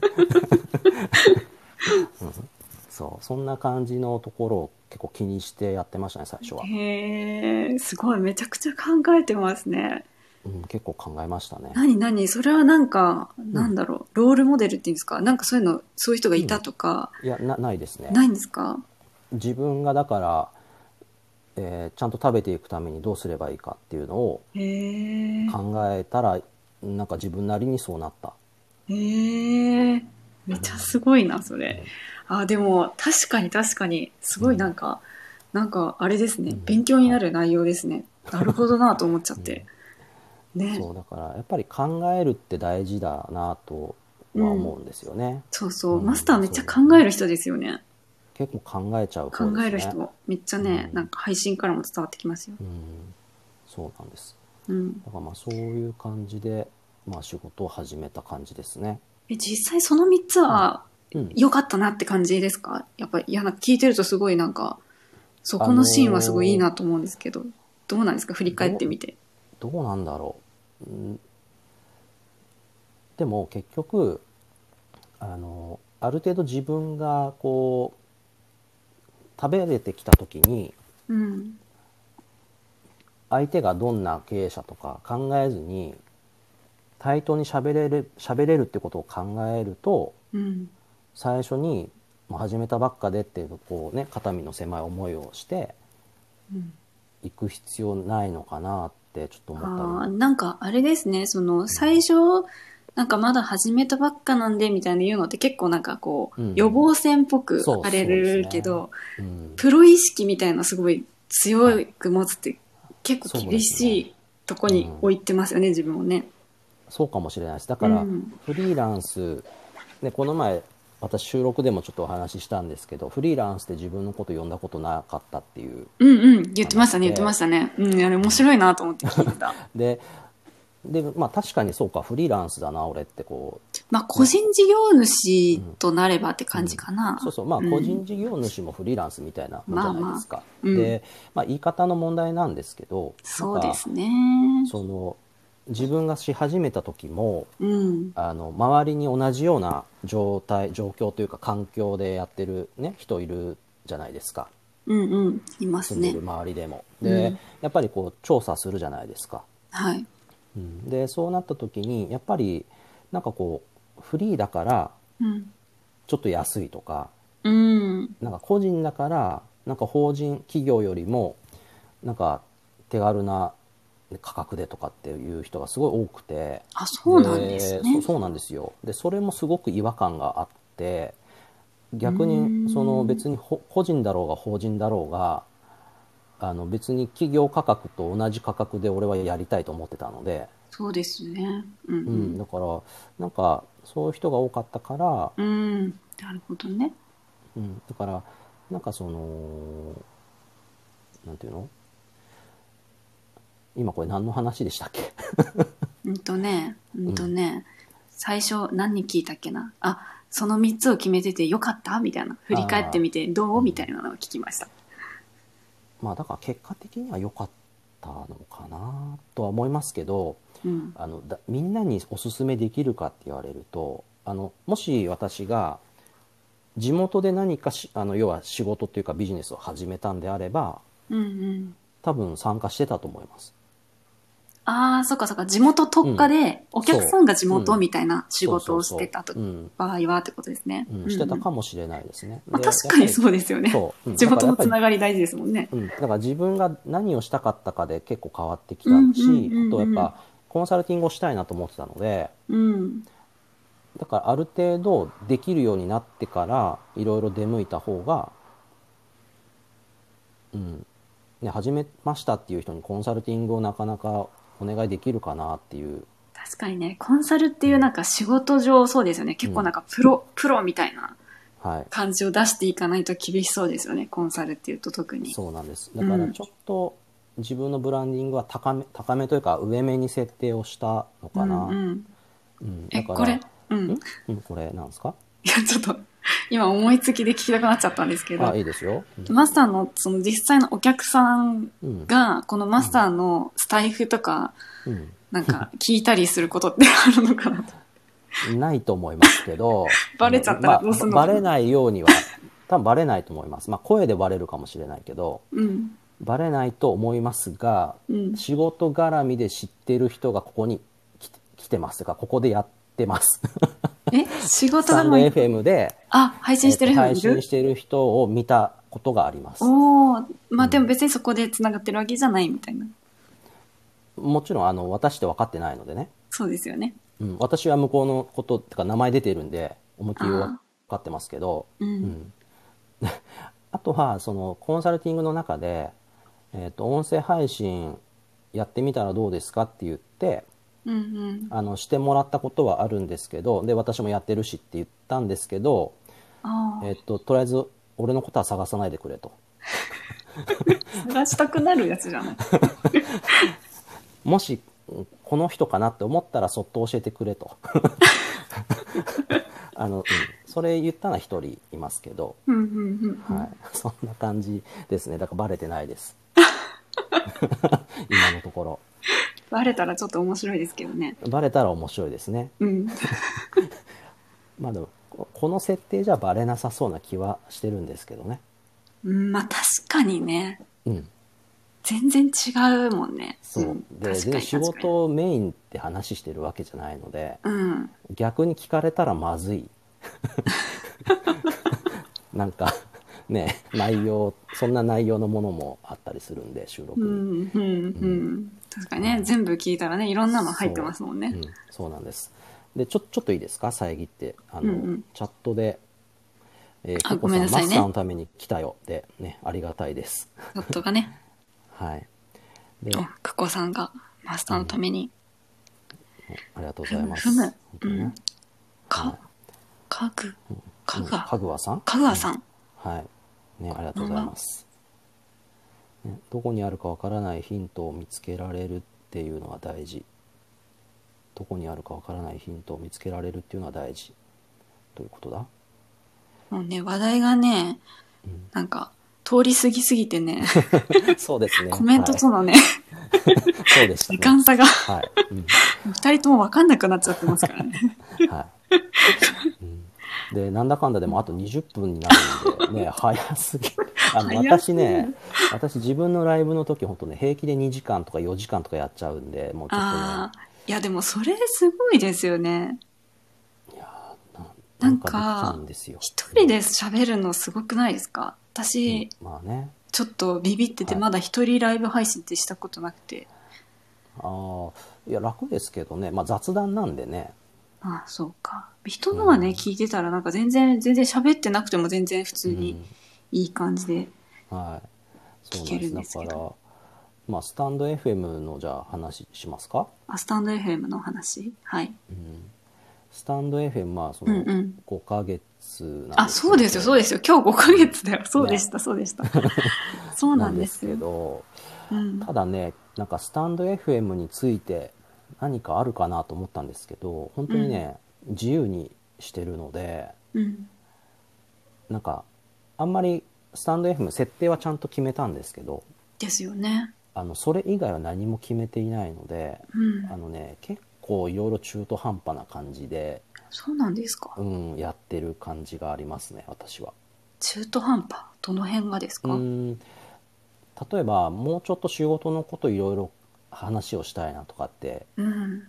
そうそんな感じのところを結構気にしてやってましたね最初は、 へえ、すごい、めちゃくちゃ考えてますね。 うん、結構考えましたね。 何何それはなんか、 うんなんだろう、ロールモデルっていうんですか？なんかそういうの、そういう人がいたとか、 いやなないですね。 ないんですか？ 自分がだから、えーちゃんと食べていくためにどうすればいいかっていうのをへえ、 考えたらなんか自分なりにそうなった。 へえ、めちゃすごいな、それ。あ、でも、確かに確かに、すごいなんか、なんか、あれですね、勉強になる内容ですね。なるほどなと思っちゃって。ね。 そうだからやっぱり考えるって大事だなとうん。 は思うんですよね。 そうそう。 うん、 マスターめっちゃそう考える人ですよね。 結構考えちゃう考方ですね。 える人。めっちゃね、なんか配信からも伝わってきますよ。 うん、そうなんです。 うん。 だからまあそういう感じで、まあ、仕事を始めた感じですね。 え、実際そのみっつはうん、 良かったなって感じですか？やっぱり、いや、なんか聞いてるとすごいなんか、そあこのシーンはすごいいいのーなと思うんですけど、どうなんですか？振り返ってどみて。 どうなんだろう、うん、でも結局あのある程度自分がこう食べれてきた時にうん。 相手がどんな経営者とか考えずに対等に喋れる喋れるってことを考えると、 うん。 最初にもう始めたばっかでっていうこうね肩身の狭い思いをしてうんいく必要ないのかなってちょっと思ったりも。 ああ、なんかあれですね、その最初、なんかまだ始めたばっかなんでみたいな言うのって結構なんかこう、 うん、 予防線っぽくそうあれそうですね、 るけど、 うん、 プロ意識みたいなすごいはい、 強く持つって結構そう厳ですね、 しいとこうん、 に置いてますよね、自分をね。 そうかもしれないです。だからうん。 フリーランス、ね、この前私収録でもちょっとお話ししたんですけど、フリーランスで自分のこと呼んだことなかったっていううんうん、言ってましたね、言ってま話で、 したね。うん、あれ面白いなと思って聞いてた。 でで、まあ、確かにそうかフリーランスだな俺ってこまあ、個うね、 人事業主となればって感じかな。 そうそう、まあうん個人事業主もフリーランスみたいなもんじゃないですか。 まあまあ。うん。 で、まあ、言い方の問題なんですけど、なんかそうですね。 その自分がし始めた時もうん。 あの周りに同じような状態状況というか環境でやってる、ね、人いるじゃないですか、 うんうん。いますね。 住んでる周りでも。で、 うん。 やっぱりこう調査するじゃないですか、 はい。 うん、でそうなった時にやっぱりなんかこうフリーだからうん。 ちょっと安いとか、 うん。 なんか個人だからなんか法人企業よりもなんか手軽な価格でとかっていう人がすごい多くて、 あ、そうなんですね。 そそうなんですよ。でそれもすごく違和感があって、逆うにーそのん。 別にほ個人だろうが法人だろうが、あの別に企業価格と同じ価格で俺はやりたいと思ってたので、 そうですね。ううん、 んだからなんかそういう人が多かったから、 うん。うん。なるほどね。 うん、だからなんかそのなんていうの、今これ何の話でしたっけ？ うんとね、うんうん、 とね、最初何に聞いたっけな。あ、そのみっつを決めててよかったみたいな。振り返ってああ、 みてどうみたいうん、 なのを聞きました。 まあだから結果的には良かったのかなとは思いますけど、 うん。 あのだみんなにおすすめできるかって言われると、あのもし私が地元で何かしあの要は仕事っていうかビジネスを始めたんであれば、 うんうん。 多分参加してたと思います。 ああ、そっかそっか。地元特化うん、 で、お客さそんが地う、うん、 元みたいな仕そう事をしそうそてたとう、うん、 場合はってことですね。 うん、してたうんうん。 かもしれないですね。 まあで、 確かにやっぱり、 そうですよね。 そう、うん、 地元のつだからやっぱり、 ながり大事ですもんね。 うん、だから自分が何をしたかったかで結構変わってきうんうんたし、あとやっうんぱコンサルティングをしたいなと思ってたので、 うん。うん。 だからある程度できるようになってからいろいろ出向いた方が、うん、ね、始めましたっていう人にコンサルティングをなかなかお願いできるかなっていう、 確かにね、コンサルってうん、 いうなんか仕事上そうですよね。結構なんうん、 かプロ、プロみたいなはい、 感じを出していかないと厳しそうですよね。コンサルっていうと特に。 そうなんです。だうん。 からちょっと自分のブランディングは高め、高めというか上目に設定をしたのうんかな。 うん。 うん、 え、 だから、 これ、うん。 んうん、これなんですか？ いや、ちょっと、今思いつきで聞きたくなっちゃったんですけあ、 ど、 いいですよ。うん、 マスターのその実際のお客さんうん、 が、このマスタうん、 ーのスタイフとか、 うん。 なんか聞いたりすることってあるのかなと。 ないと思いますけど、 バあの、 レちゃったらまあ、 どうすんのかな。 ばバレないようには、多分バレないと思います。まあ、声でバレるかもしれないけど、 うん。 バレないと思いますが、 うん。 仕事絡みで知ってる人がここに来て、来てますが、ここでやってます。 え、仕スタンド事がもう、 エフエム で、 あ、配信えっと、 してる人配いる？ 信している人を見たことがあります。 おー、まあでもうん、 別にそこで繋がってるわけじゃないみたいな。 もちろんあの私って分かってないのでね、 そうですよね。 うん、私は向こうのことってか名前出てるんで思いっきり分あかってますけど、 あ、うん。 うん、あとはそのコンサルティングの中で、えー、と音声配信やってみたらどうですかって言ってうんうん。 あのしてもらったことはあるんですけど、で私もやってるしって言ったんですけど、えー、 あととりあえず俺のことは探さないでくれと。 あ、探したくなるやつじゃない。 もしこの人かなって思ったらそっと教えてくれと。あの、うん、それ言ったのは一人いますけど、 うんうんうんうはい、 ん。 そんな感じですね。だからバレてないです。今のとこバレたらちょっと面白いですけどね。 ろ。バレたら面白いですね。 うん。 まあでも、ここの設定じゃバレなさそうな気はしてるんですけどね。 うん、まあ確かにね。 うん。 全然違うもんね。うそん。 う。で、 確か全然仕に確かに。 事をメインって話してるわけじゃないので、 うん。 逆に聞かれたらまずい。なんか、ね、内容、そんな内容のものもあったりするんで、収録に。 うん、うん、うん。確かにね、全部聞いたらね、いろんなの入ってますもんね。 そう、うん、そうなんです。で、ちょ、ちょっといいですか、遮って。あの、 うんうん。 チャットで、えー、 あ、ごココさん、マスターめんなさいね。 のために来たよで、ね、ありがたいです。 チャットがね、 はい。で、 あ、クコさんがマスターのたうん、 めに、 ありがとうごふむ、 ざいます。 ふむ、 本当にね。 うん、か、 はかぐ、 い。うん、 かぐわ、 かぐわさん、うん、 かぐわさん。 はい。ね、ありがとうございこんばんは。 ます。ね、どこにあるかわからないヒントを見つけられるっていうのが大事。どこにあるかわからないヒントを見つけられるっていうのは大事。どういうことだ？ もうね、話題がね、 うん、 なんか、通り過ぎすぎてね、 そうですね。 コメントはい。 とのね、 そうでした時ね。 間差が、 はい。うん、 二人ともわかんなくなっちゃってますからね。 はい。うん、で、なんだかんだでもあとにじゅっぷんになるんで、ね、早すぎ。あの、 早すぎ私ね、 る。 私自分のライブの時、本当ね、平気でにじかんとかよじかんとかやっちゃうんで、もうちょっとね、 ああ、いやでもそれすごいですよね。 いやー、な、 なんなんかできちゃうか、 んですよ。 一人で喋るのすごくないですか？ うん、 私、 まあね。 ちょっとビビっててはい。 まだ一人ライブ配信ってしたことなくて。 ああ、いや、楽ですけどね。まあ雑談なんでね。 あ、そうか。人のはね、 うん、 聞いてたらなんか全然、全然喋ってなくても全然普通にうん、 いい感じではい。そうなんです。 聞けるんだから、 ですけど。 まあ、スタンド エフエム のじゃあ話しますか。 あ、スタンド エフエム の話。はい。 スタンド エフエム、まあ、そのうんうん。 ごかげつなんあ、 ですけそうですよ、そうでど、 すよ。今日ごかげつだよ。そうでね、 した、そうでした。そうなんなんですですよ。 けど、 うん。 ただね、なんかスタンド エフエム について何かあるかなと思ったんですけど、本うん。 当にね、自由にしてるので、 うん。 なんか、あんまりスタンド エフエム、設定はちゃんと決めたんですけど、 ですよね。 あのそれ以外は何も決めていないので、 うん。 あのね、結構いろいろ中途半端な感じで、 そうなんですか。 うん、やってる感じがありますね、私は。 中途半端。どの辺がですうか？ ん、例えばもうちょっと仕事のこといろいろ話をしたいなとかってうん。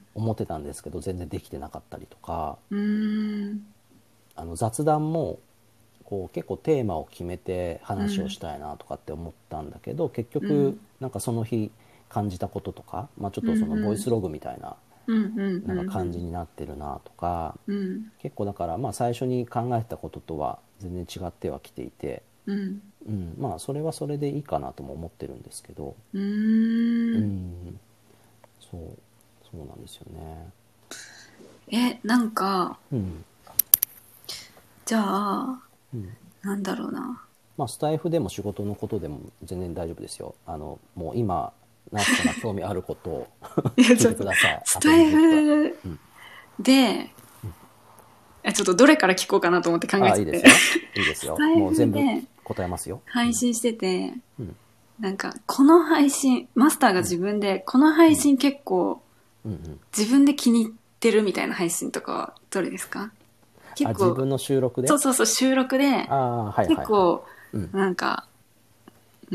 思ってたんですけど、全然できてなかったりとか、 うーん。 あの雑談もこう結構テーマを決めて話をうん。 したいなとかって思ったんだけど、結うん。 局なんかその日感じたこととか、まあ、ちょっうん。 とそのボイうん。 スログみたいなうん。うん。 なんかうん。 感じになってるなとか、 うん。 結構だからまあ最初に考えてたこととは全然違ってはきていて、 うん。 うん、まあそれはそれでいいかなとも思ってるんですけど、 ううーん。 ん、そうそうなんですよね。 え、なんか、 うん、 じゃあ、 うん、 なんだろうな。 まあスタイフでも仕事のことでも全然大丈夫ですよ。あのもう今直子さんが興味あることをいや、 聞いちょっと、 てください。あとスタイにじゅっぷん。 フうん、 で、え、ちょっとどれから聞こうかなと思って考えああ、 ちゃって。 いいですよ。いいですよ。 スタイもう全部フで答えますよ。うん、 配信してて、 うん、 なんか、この配信、マスターがうん、 自分で、この配うん、 信結構うん、うん。 自分で気に入ってるみたいな配信とかはどれですか？ あ、 結構、 自分の収録で。 そうそうそう、収録で、 ああ、はいはいはい。 結構、 うん。 なんか、うん、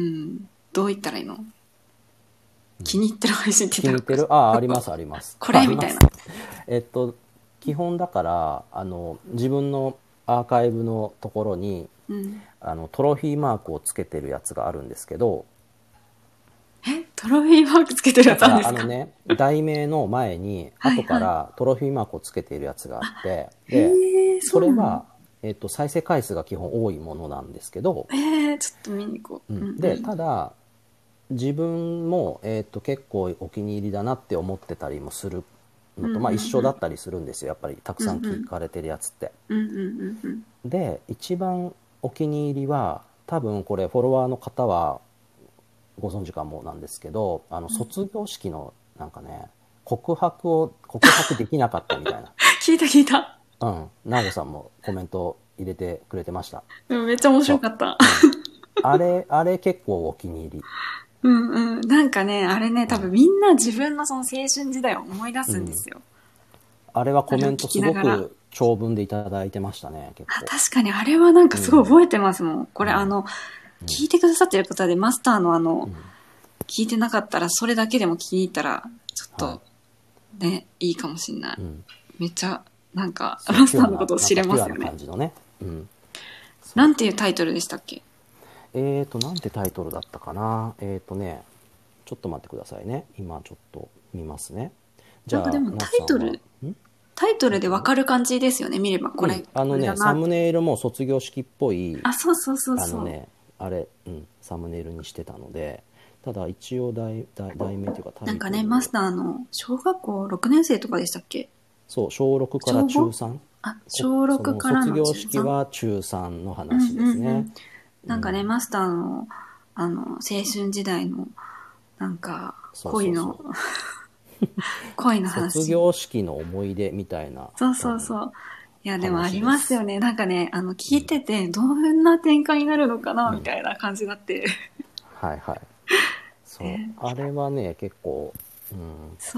どう言ったらいいの？気に入ってる配信って言ったらおかしい。 気に入ってる、ああ、 ちょっと、 ありますあります。 これみたいな。 あります。えっと、基本だから、あの、自分のアーカイブのところに、 うん。 あの、トロフィーマークをつけてるやつがあるんですけど、 え、トロフィーマークつけてるやだからつあるんですか？ あのね、題名の前に、後かはいはい。 らトロフィーマークをつけているやつがあって、で、 へえ、そうなの？ それは、えっと、再生回数が基本多いものなんですけど、 ええ、ちょっと見に行こう。 うん、で、 うんうん。 ただ、自分も、えー、と結構お気に入りだなって思ってたりもするのと、 うんうんまあ、一緒うん。 だったりするんですよ、やっぱりたくさんうんうん。 聞かれてるやつって。 うんうんうんうん。 で一番お気に入りは、多分これフォロワーの方はご存知かもなんですけど、あの卒業式のなんかね、告白を告白できなかったみたい聞いた聞いた。 な、うん、直子さんもコメント入れてくれてました。 うん、めっちゃ面白そかった。 う、うん、あれあれ結構お気に入り。 うんうん。なんかね、あれね、多分うん、 みんな自分のその青春時代を思い出うん、 すんですよ。 あれはあれを聞コメントすきながら。 ごく長文でいただいてましたね、結あ、 構。 確かにあれはなんかすごいうん、 覚えてますもん。これあうん、 の、 うん、 聞いてくださってる方でマスターのあの、 うん。 聞いてなかったら、それだけでも気に入ったら、ちょっはい。 とね、いいかもしんない。 うん。 めっちゃ、なんか、 そう、 マスターのこピュアな、 とを知れなんかピュアなますよね。 感じのね。うん。そう。 なんていうタイトルでしたっけ？ えーと、なんてタイトルだったかな。えーとね、ちょっと待ってくださいね。今ちょっと見ますね。じゃあ、 なんかでもタなおさんは、 イトル、 んタイトルでタイトル、 わかる感じですよね。見ればこれ、 うん。あこのね、 れだなって。 サムネイルも卒業式っぽい、 あ、そうそうそうそう。 あのね、あれ、うん、サムネイルにしてたので、ただ一応題、題、題名というかタなんかね、 イトルを、 マスターの、小学校ろくねん生とかでしたっけ？ そう、小ろくから小中ご？ さん。 あ、 こ小そろくからの卒業の中 さん？ 式は中さんのうん話ですね。 うんうん。なんかね、 うん。 マスターの、あの、青春時代の、なんか、 そうそ恋の、 うそう。 恋の話。 卒業式の思い出みたいな、 そううん、 そうそう。いや、でもあり話です。 ますよね。なんかね、あの、聞いてて、どんな展開になるのかな、 うん。 みたいな感じになって。 はいはい。そう。 ね、 あれはね、結構、うそう。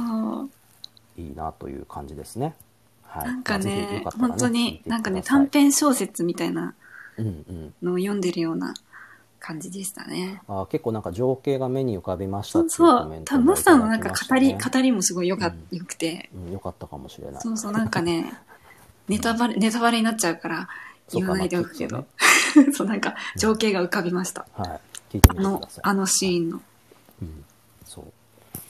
ん、いいなという感じですね。はい。 なんかまあ、ぜひよね、 かったらね、聞い本当に、 てなんかね、 ください。 短編小説みたいなうんうん。 のを読んでるような感じでしたね。 あ、結構なんか情景が目に浮かびましたっていうそうそう。 コメント多分マもいただスターのなんかきました語り、 ね。 語りもすごいよか、 うん。 よくて。 うん、よかったかもしれない。 そうそう、なんかね、ネタバレ、ネタバレになっちゃうからそうか、まあ言わないでおくけど。 きっとね。 そう、なんかうん。 情景が浮かびました。 はい。聞いてみあの、 てください。 あのシはい。 ーンの。 うん。そう。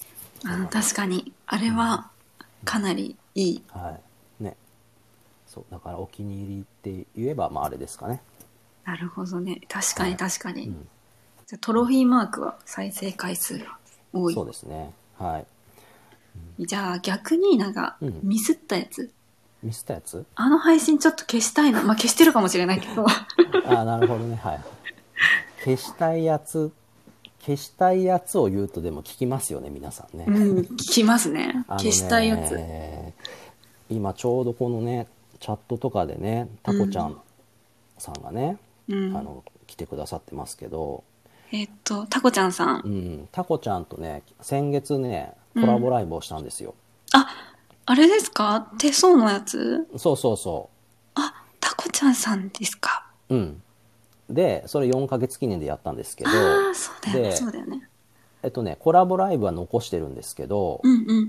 あの確かにあれはかなりいい、 はいね、そうだからお気に入りって言えば、まあ、あれですかね。 なるほどね。確かに確かに、 うん、 じゃトロフィーマークは再生回数が多い。 そうですね。はい。 じゃあ逆になんかうん、 ミスったやつ、 ミスったやつ。 あの配信ちょっと消したいの。まあ消してるかもしれないけどああ、なるほどね。はい。消したいやつ、消したいやつを言うとでも聞きますよね、皆さんね。 うん、聞きますね。 あの消したいやつ。 ね、今ちょうどこのね、チャットとかでね、タコちゃんさんがね、 うん、 あの、来てくださってますけど、 えっと、タコちゃんさん。 うん、タコちゃんとね、先月ね、コラうん。 ボライブをしたんですよ。 あ、あれですか、手相のやつ。 そうそうそあ、タコちゃんさんですか。 う。うん。で、それよんかげつ記念でやったんですけど、 ああ、そうだよね、そで、 うだよね。 えっとね、コラボライブは残してるんですけど、 うんうん。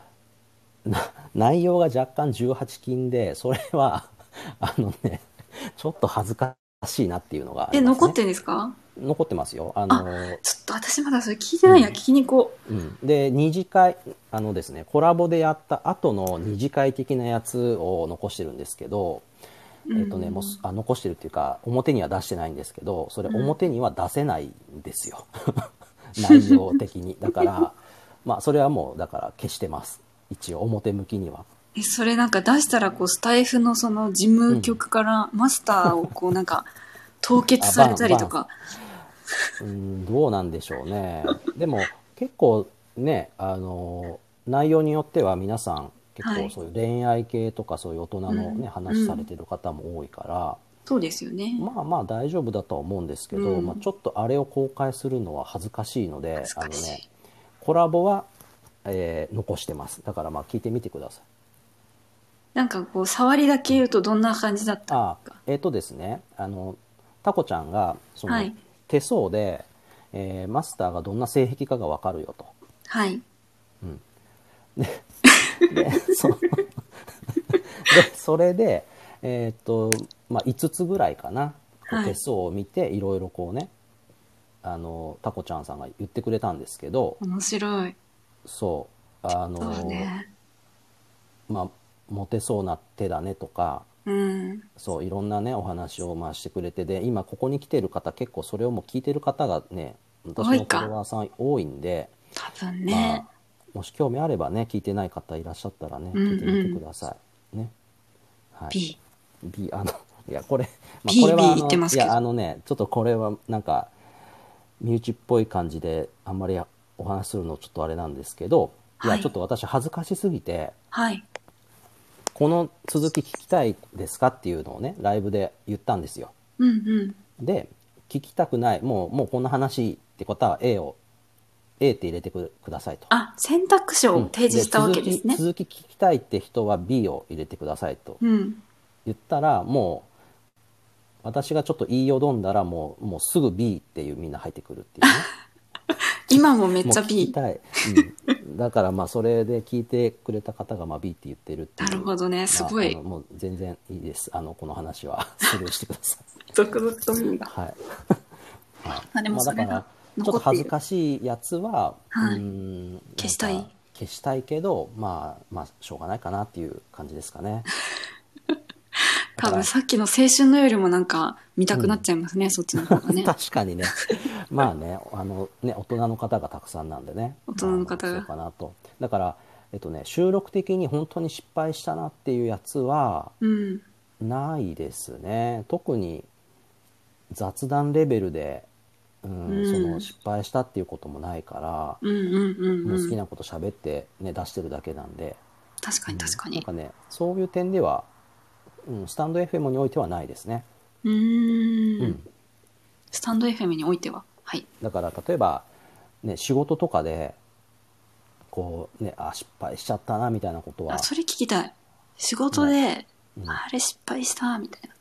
内容が若干じゅうはち禁で、それはあのね、ちょっと恥ずかしいなっていうのがありえ、 ますね。 残ってんですか？ 残ってますよ。ああ、 の、 ちょっと私まだそれ聞いてないや、聞うん、 きに行こうん。で、二次会、あのですね、コラボでやった後の二次会的なやつを残してるんですけど、 う。うえっとね、もうん。 あ残してるっていうか、表には出してないんですけど、それ表には出せないんですよ。内容的に。だから、まあ、それはもう、だから消してます。一応、表向きには。 え、それなんか出したらこうスタイフのその事務局からマスターをこうなんか凍結あ、 されバン、バン、 たりとか。 うん、どうなんでしょうね。でも、結構ね、あの、内容によっては皆さん、結はい。 構そういう恋愛系とかそういう大人のね、 うん。う話されん。 てる方も多いから、 そうですよね。 まあまあ大丈夫だとは思うんですけど、まあ、 うん。 ちょっとあれを公開するのは恥ずかしいので、 恥ずあのね、 かしい。 コラボは、えー残してます。だからまあ聞いてみてください。 なんかこう触りだけ言うとどんな感じだったあ、 か。 えっ、とですね、あの、タコちゃんが、その、 はい。 手相で、えーマスターがどんな性癖かがわかるよと。 はい。 で、そで、それで、えっ、と、まあ、いつつぐらいかな、こうはい。 手相を見て、いろいろこうね、あの、タコちゃんさんが言ってくれたんですけど、 面白い。 そう、あそうの、 ね。 まあ、モテそうな手だねとか、 うん。 そういろんなねお話をまあしてくれて、で今ここに来てる方結構それをもう聞いてる方がね、私のフォロ多いか。 ワーさん多いんで、 多分ね。 まあもし興味あればね、聞いてない方いらっしゃったらね、 うん聞いてみてうん。 くださいね。はい。 B。 B、あのいやこれ、まあ、こ B、 れ B はあ言ってのいやあますけど。 のね、ちょっとこれはなんか身内っぽい感じであんまりお話しするのちょっとあれなんですけど、いはい。 やちょっと私恥ずかしすぎて、 はい。 この続き聞きたいですかっていうのをねライブで言ったんですよ。 うんうん。 で、聞きたくない、もうもうこんな話ってことは A を A って入れてくくださいと。 あ、選択肢をうん、で提示したわ続きけですね。 続き聞きたいって人は B を入れてくださいとうん。 言ったら、もう私がちょっと言いよどんだら、もうもうすぐ B っていうみんな入ってくるっていうね。 今もめっちゃもう聞き B。 たい、うん、だからまあそれで聞いてくれた方がまあ B って言ってるってなるいう、 ほどね。すまあ、あのごい。 もう全然いいです、あのこの話はスルーしてください。 続々と B が。 はい。はい。 まあでもまあ、だそれがから、ちょっと恥ず残っている。 かしいやつは、うーはい。 ん、なんか、 消したい。 消したいけど、まあ、まあ、しょうがないかなっていう感じですかね。だ多から、 分さっきの青春のよりもなんか見たくなっうん。 ちゃいますね。そっちの方がね。 確かにね。まあね、あのね、大人の方がたくさんなんでね、 大人あの、そうの方が。 かなと。だから、えっとね、収録的に本当に失敗したなっていうやつは、 うん。 ないですね。特に雑談レベルで、ううん、そのん。 失敗したっていうこともないから、 うんうんうんもう好うん。 きなこと喋って、ね、出してるだけなんで、 確かに確かに。 なんかね、そういう点では、うん、スタンド エフエム においてはないですね。 うーん。 うん。 スタンド エフエム においては。はい。 だから例えば、ね、仕事とかで、こうね、あ、失敗しちゃったなみたいなことあ、 はそれ聞きたい。仕事ない。 で、 うん。 あれ失敗したみたいな。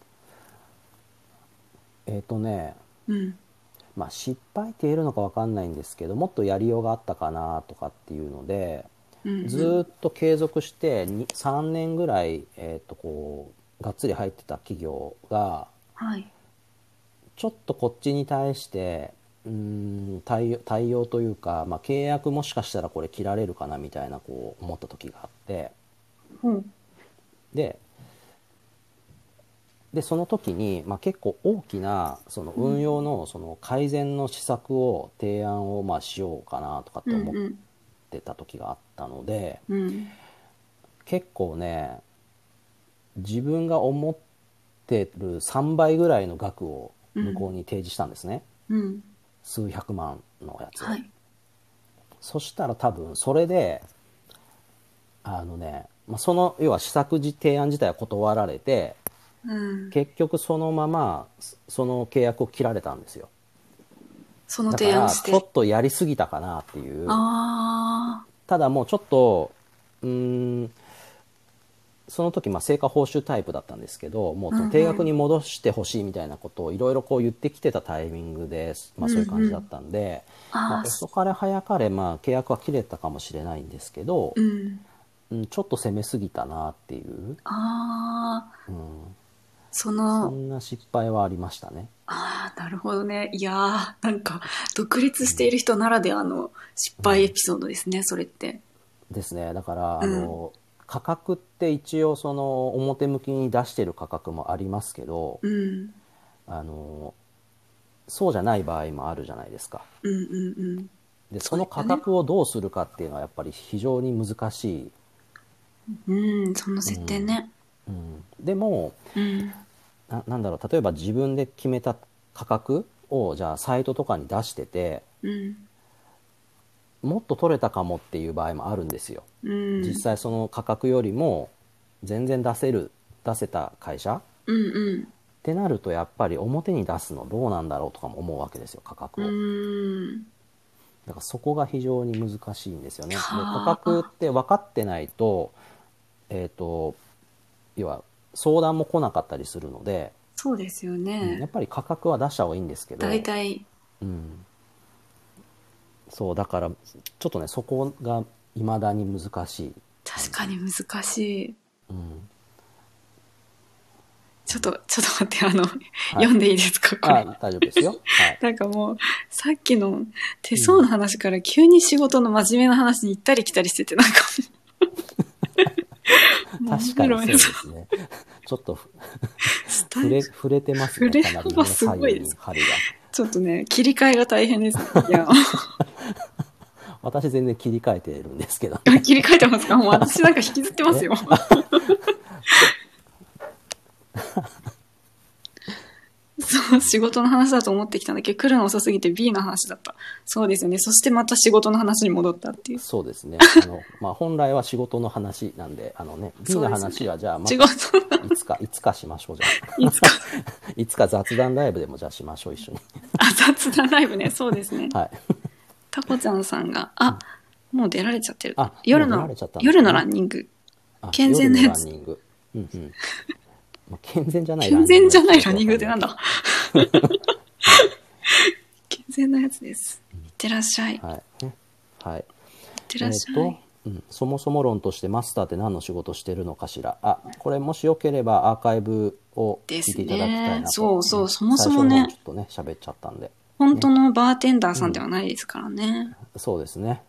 えっとね、 うん。 まあ失敗って言えるのかわかんないんですけど、もっとやりようがあったかなとかっていうので、 うんうずん。 ーっと継続してにさんねんぐらい、えっとこう、がっつり入ってた企業が、 はい。 ちょっとこっちに対してうーん対応、対応というか、まあ、契約もしかしたらこれ切られるかなみたいなこう思った時があって、 うん。 ででその時に、まあ、結構大きなその運用のその改善の施策を提案をまあしようかなとかって思っうんうん。 てた時があったので、 うん。 結構ね自分が思ってるさんばいぐらいの額を向こうに提示したんですね、 うん。 数百万のやつを。 はい。 そしたら多分それであのね、まあ、その要は施策自提案自体は断られて、 うん。 結局そのままその契約を切られたんですよ。 そのだから提案して。 ちょっとやりすぎたかなっていう。 ああ。 ただもうちょっとうーんその時まあ成果報酬タイプだったんですけど、もううん定うん。 額に戻してほしいみたいなことをいろいろこう言ってきてたタイミングで、まあ、 うんそういう感うん。 じだったんで、まあ、 ああ、 遅かれ早かれまあ契約は切れたかもしれないんですけど、 うん。 うん、ちょっと攻めすぎたなっていう、 ああ、 うん、 その、 そんな失敗はありましたね。 ああ、なるほどね。いやー、なんか、独立している人ならではの失敗エピソードですね、それって。 ですね。だからうん。 あの価格って一応その表向きに出してる価格もありますけど、 うん。 あのそうじゃない場合もあるじゃないですか。 うんうんうん。 でその価そうですよね。 格をどうするかっていうのはやっぱり非常に難しい、 うん、その設定ね。 うん、でもうん。 な、なんだろう、例えば自分で決めた価格をじゃあサイトとかに出してて、 うん。 もっと取れたかもっていう場合もあるんですよ。 うん。 実際その価格よりも全然出せる出せた会社っうんうん。 てなると、やっぱり表に出すのどうなんだろうとかも思うわけですよ、価う格を。 ーん。 だからそこが非常に難しいんですよね。で価格っはあ。 て分かってないと、えっと要は相談も来なかったりするので、 そうですようん、やっね。 ぱり価格は出した方がいいんですけど、 大体、 うん、そうだからちょっとねそこが未だに難しい感じ。 確かに難しい。 うん、 ちょっと、ちょっと待って、あの、 はい。 読んでいいですか、これ。 あ、大丈夫ですよ。はい。 なんかもう、さっきの手うん。 相の話から急に仕事の真面目な話に行ったり来たりしてて、なんかもう、面確かに白いです。 そうですね。ちょっとふスタイフ、 触れ、触れてますね。 振れかなり幅ね、左右すごいです。 に針が。 ちょっとね、切り替えが大変ですね。いや、 私全然切り替えてるんですけどね。 切り替えてますか？もう私なんか引きずってますえよ。そう、仕事の話だと思ってきたんだけど、来るの遅すぎて ビー の話だった。そうですよね。そしてまた仕事の話に戻ったっていう。 そうですね。あの、まあ、本来は仕事の話なんで、あのね、B のそうですね。 話はじゃあま仕事、 た、いつか、いつかしましょう、じゃいつか。 あ。いつか雑談ライブでもじゃあしましょう、一緒に。 あ、雑談ライブね。そうですね。 はい。 タコちゃんさんが、あ、もう出られちゃってる。 あ、も夜の、 う出られちゃったんです夜のラかね。 ンニング。 あ、 健夜の全なやつ。 ランニング。うんうん。まあ、健全じゃないラ健ンニング全じゃないランはちょっとよくわニングってなんだ？ かんないけど。はい。 健全なやつです。いってらっしゃい。いっはい。ねはい。 てらっえっと、 しゃい。 うん、そもそも論としてマスターって何の仕事してるのかしら。あ、これもしよければアーカイブをです聞いていただきたいね。 なと。 そうそう、 ね。 そも最初の方にちそもね、 ょっとね、喋っちゃったんで。 本当ね。 のバーテンダーさんでうん。 はないですからね。 そうですね。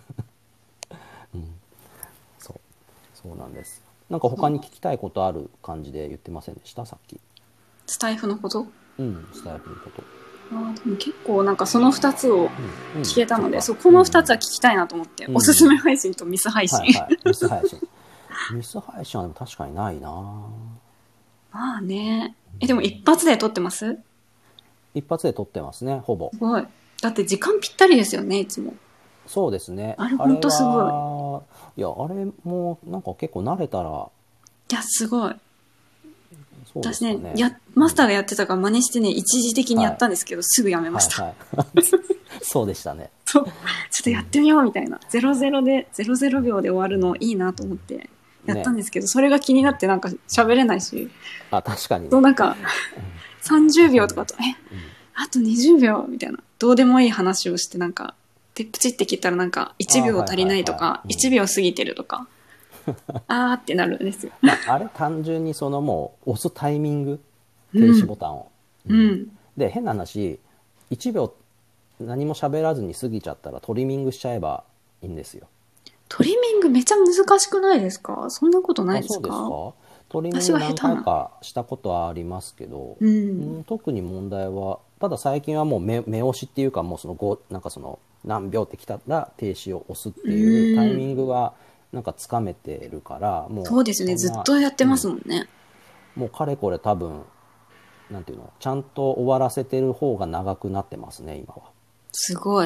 そう。そうなんです。なんか他に聞きたいことある感じで言ってませんでしたさっき。 スタイフのこと。 うん、スタイフのこと。 あーでも結構なんかその二つをうん、うん、 聞けたので、 そっか。 そこの二つはうん、 聞きたいなと思って、 うん。 おすすめうん。 配信とミス配信。 はいはい。ミス配信。ミス配信はでも確かにないな。 まあね。え、でも一発で撮ってます？ 一発で撮ってますね、ほぼ。 すごい。だって時間ぴったりですよね、いつも。 そうですね。 あれほんあれとすごい。いは、いや、あれもなんか結構慣れたら、 や、すごい。 そうで私ね、 すかね。 や、マスターがやってたから真似してね、一時的にやはい。 ったんですけど、すぐやめました。 はいはい。そうでしたね。 そう。ちょっとやってみようみたいな。ゼロゼロで、ゼロゼロびょうで終わるのいいなと思ってやったね。 んですけど、それが気になってなんか喋れないし、 あ、確かにね。 そうなんかさんじゅうびょうとかと、え、 うん。 あとにじゅうびょうみたいな。どうでもいい話をしてなんか、で、プチって切ったらなんかあ、 いちびょうはい足りないとはいはか、 い。う 1 ん。 秒過ぎてるとか、あーってなるんですよ。 あ、あれ単純にそのもう押すタイミング、停うん。 止ボタンを。うん。 うん。 で、変な話、いちびょう何も喋らずに過ぎちゃったらトリミングしちゃえばいいんですよ。 トリミングめっちゃ難しくないですか？そんなことないあ、 ですか？ そうですか。トリミング何回かしたことはありますけど、 うん、 うん、特に問題は、ただ最近はもう目、目押しっていうか、もうそのごなんかその何秒ってきたら停止を押すっていうタイミングはなんかつかめてるから、もうそうですね、ずっとやってますもんね。 うん、もうかれこれ多分なんていうの、ちゃんと終わらせてる方が長くなってますね今は。 すごい。うん、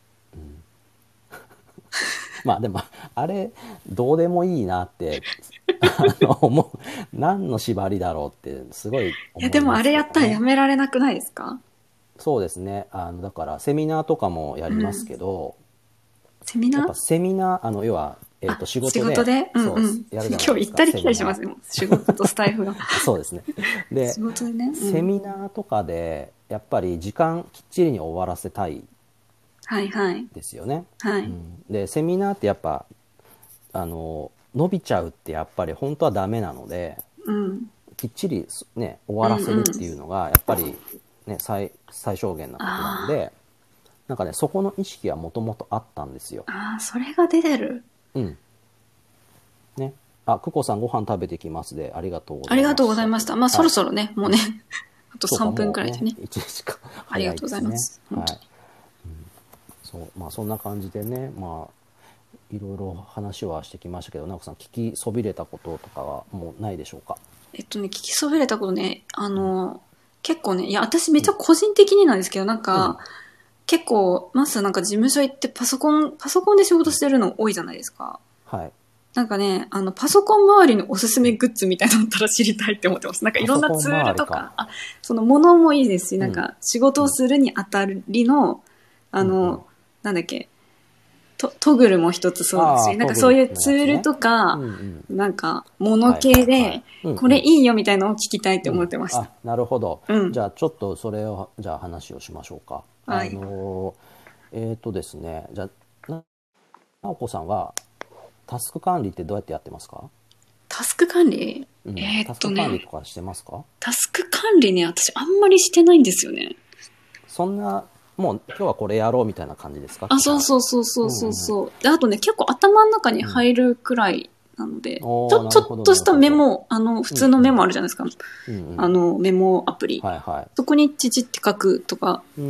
まあでもあれどうでもいいなってあの思う。何の縛りだろうってすごい思いますけどね。 いやでもあれやったらやめられなくないですか？ そうですね。あのだからセミナーとかもやりますけど、 うん、セミナーやっぱセミナー、あの要は、えー、と仕事で、 仕事で、うんうん、 そうやるじゃないですか。 今日行ったり来たりしますよ、仕事とスタイフが。 そうですね。で、 仕事でね、うん、 セミナーとかでやっぱり時間きっちりに終わらせたいはいはいですよね。 はい、 うん、でセミナーってやっぱあの伸びちゃうってやっぱり本当はダメなので、 うん、 きっちり、ね、終わらせるっていうのがやっぱり、ね、最, 最小限なことなので、なんかね、そこの意識はもともとあったんですよ。 ああ、それが出てる。 うん。ね。あ、クコさんご飯食べてきますで、ありがとうございます。 ありがとうございました。まあ、 はい、 そろそろね、もうね、あとさんぷんくらいでね。 いちじかんありがとうございます。 はい。うん、そう、まあそんな感じでね、まあいろいろ話はしてきましたけど、直子さん聞きそびれたこととかはもうないでしょうか？ えっとね、聞きそびれたことね、あの、うん、結構ね、いや、私めっちゃ個人的になんですけど、なんか、うん、結構、まずなんか事務所行ってパソコン、パソコンで仕事してるの多いじゃないですか。 はい。 なんかね、あの、パソコン周りのおすすめグッズみたいなのあったら知りたいって思ってます。なんかいろんなツールとか、あ、そのものもいいですし、なんか仕事をするにあたりの、あの、うんうん、なんだっけ、ト, トグルも一つそうですし、なんかそういうツールとか、ね、うんうん、なんか、もの系で、これいいよみたいなのを聞きたいって思ってました。うん、 あ、なるほど。うん、じゃあちょっとそれを、じゃあ話をしましょうか。 はい。 あの、えっとですね、じゃあ、なおこさんは、タスク管理ってどうやってやってますか？ タスク管理、 うん、 えー、っとね。 タスク管理とかしてますか？ タスク管理ね、私あんまりしてないんですよね。 そんな、もう今日はこれやろうみたいな感じですか？ あ、そうそうそうそうそうそう、うんうん、で、あとね、結構頭の中に入るくらいなので、うん、ちょ、ちょっとしたメモ、あの、普通のメモあるじゃないですか。うんうん、あの、メモアプリ。はいはい、そこにチチって書くとか、うん、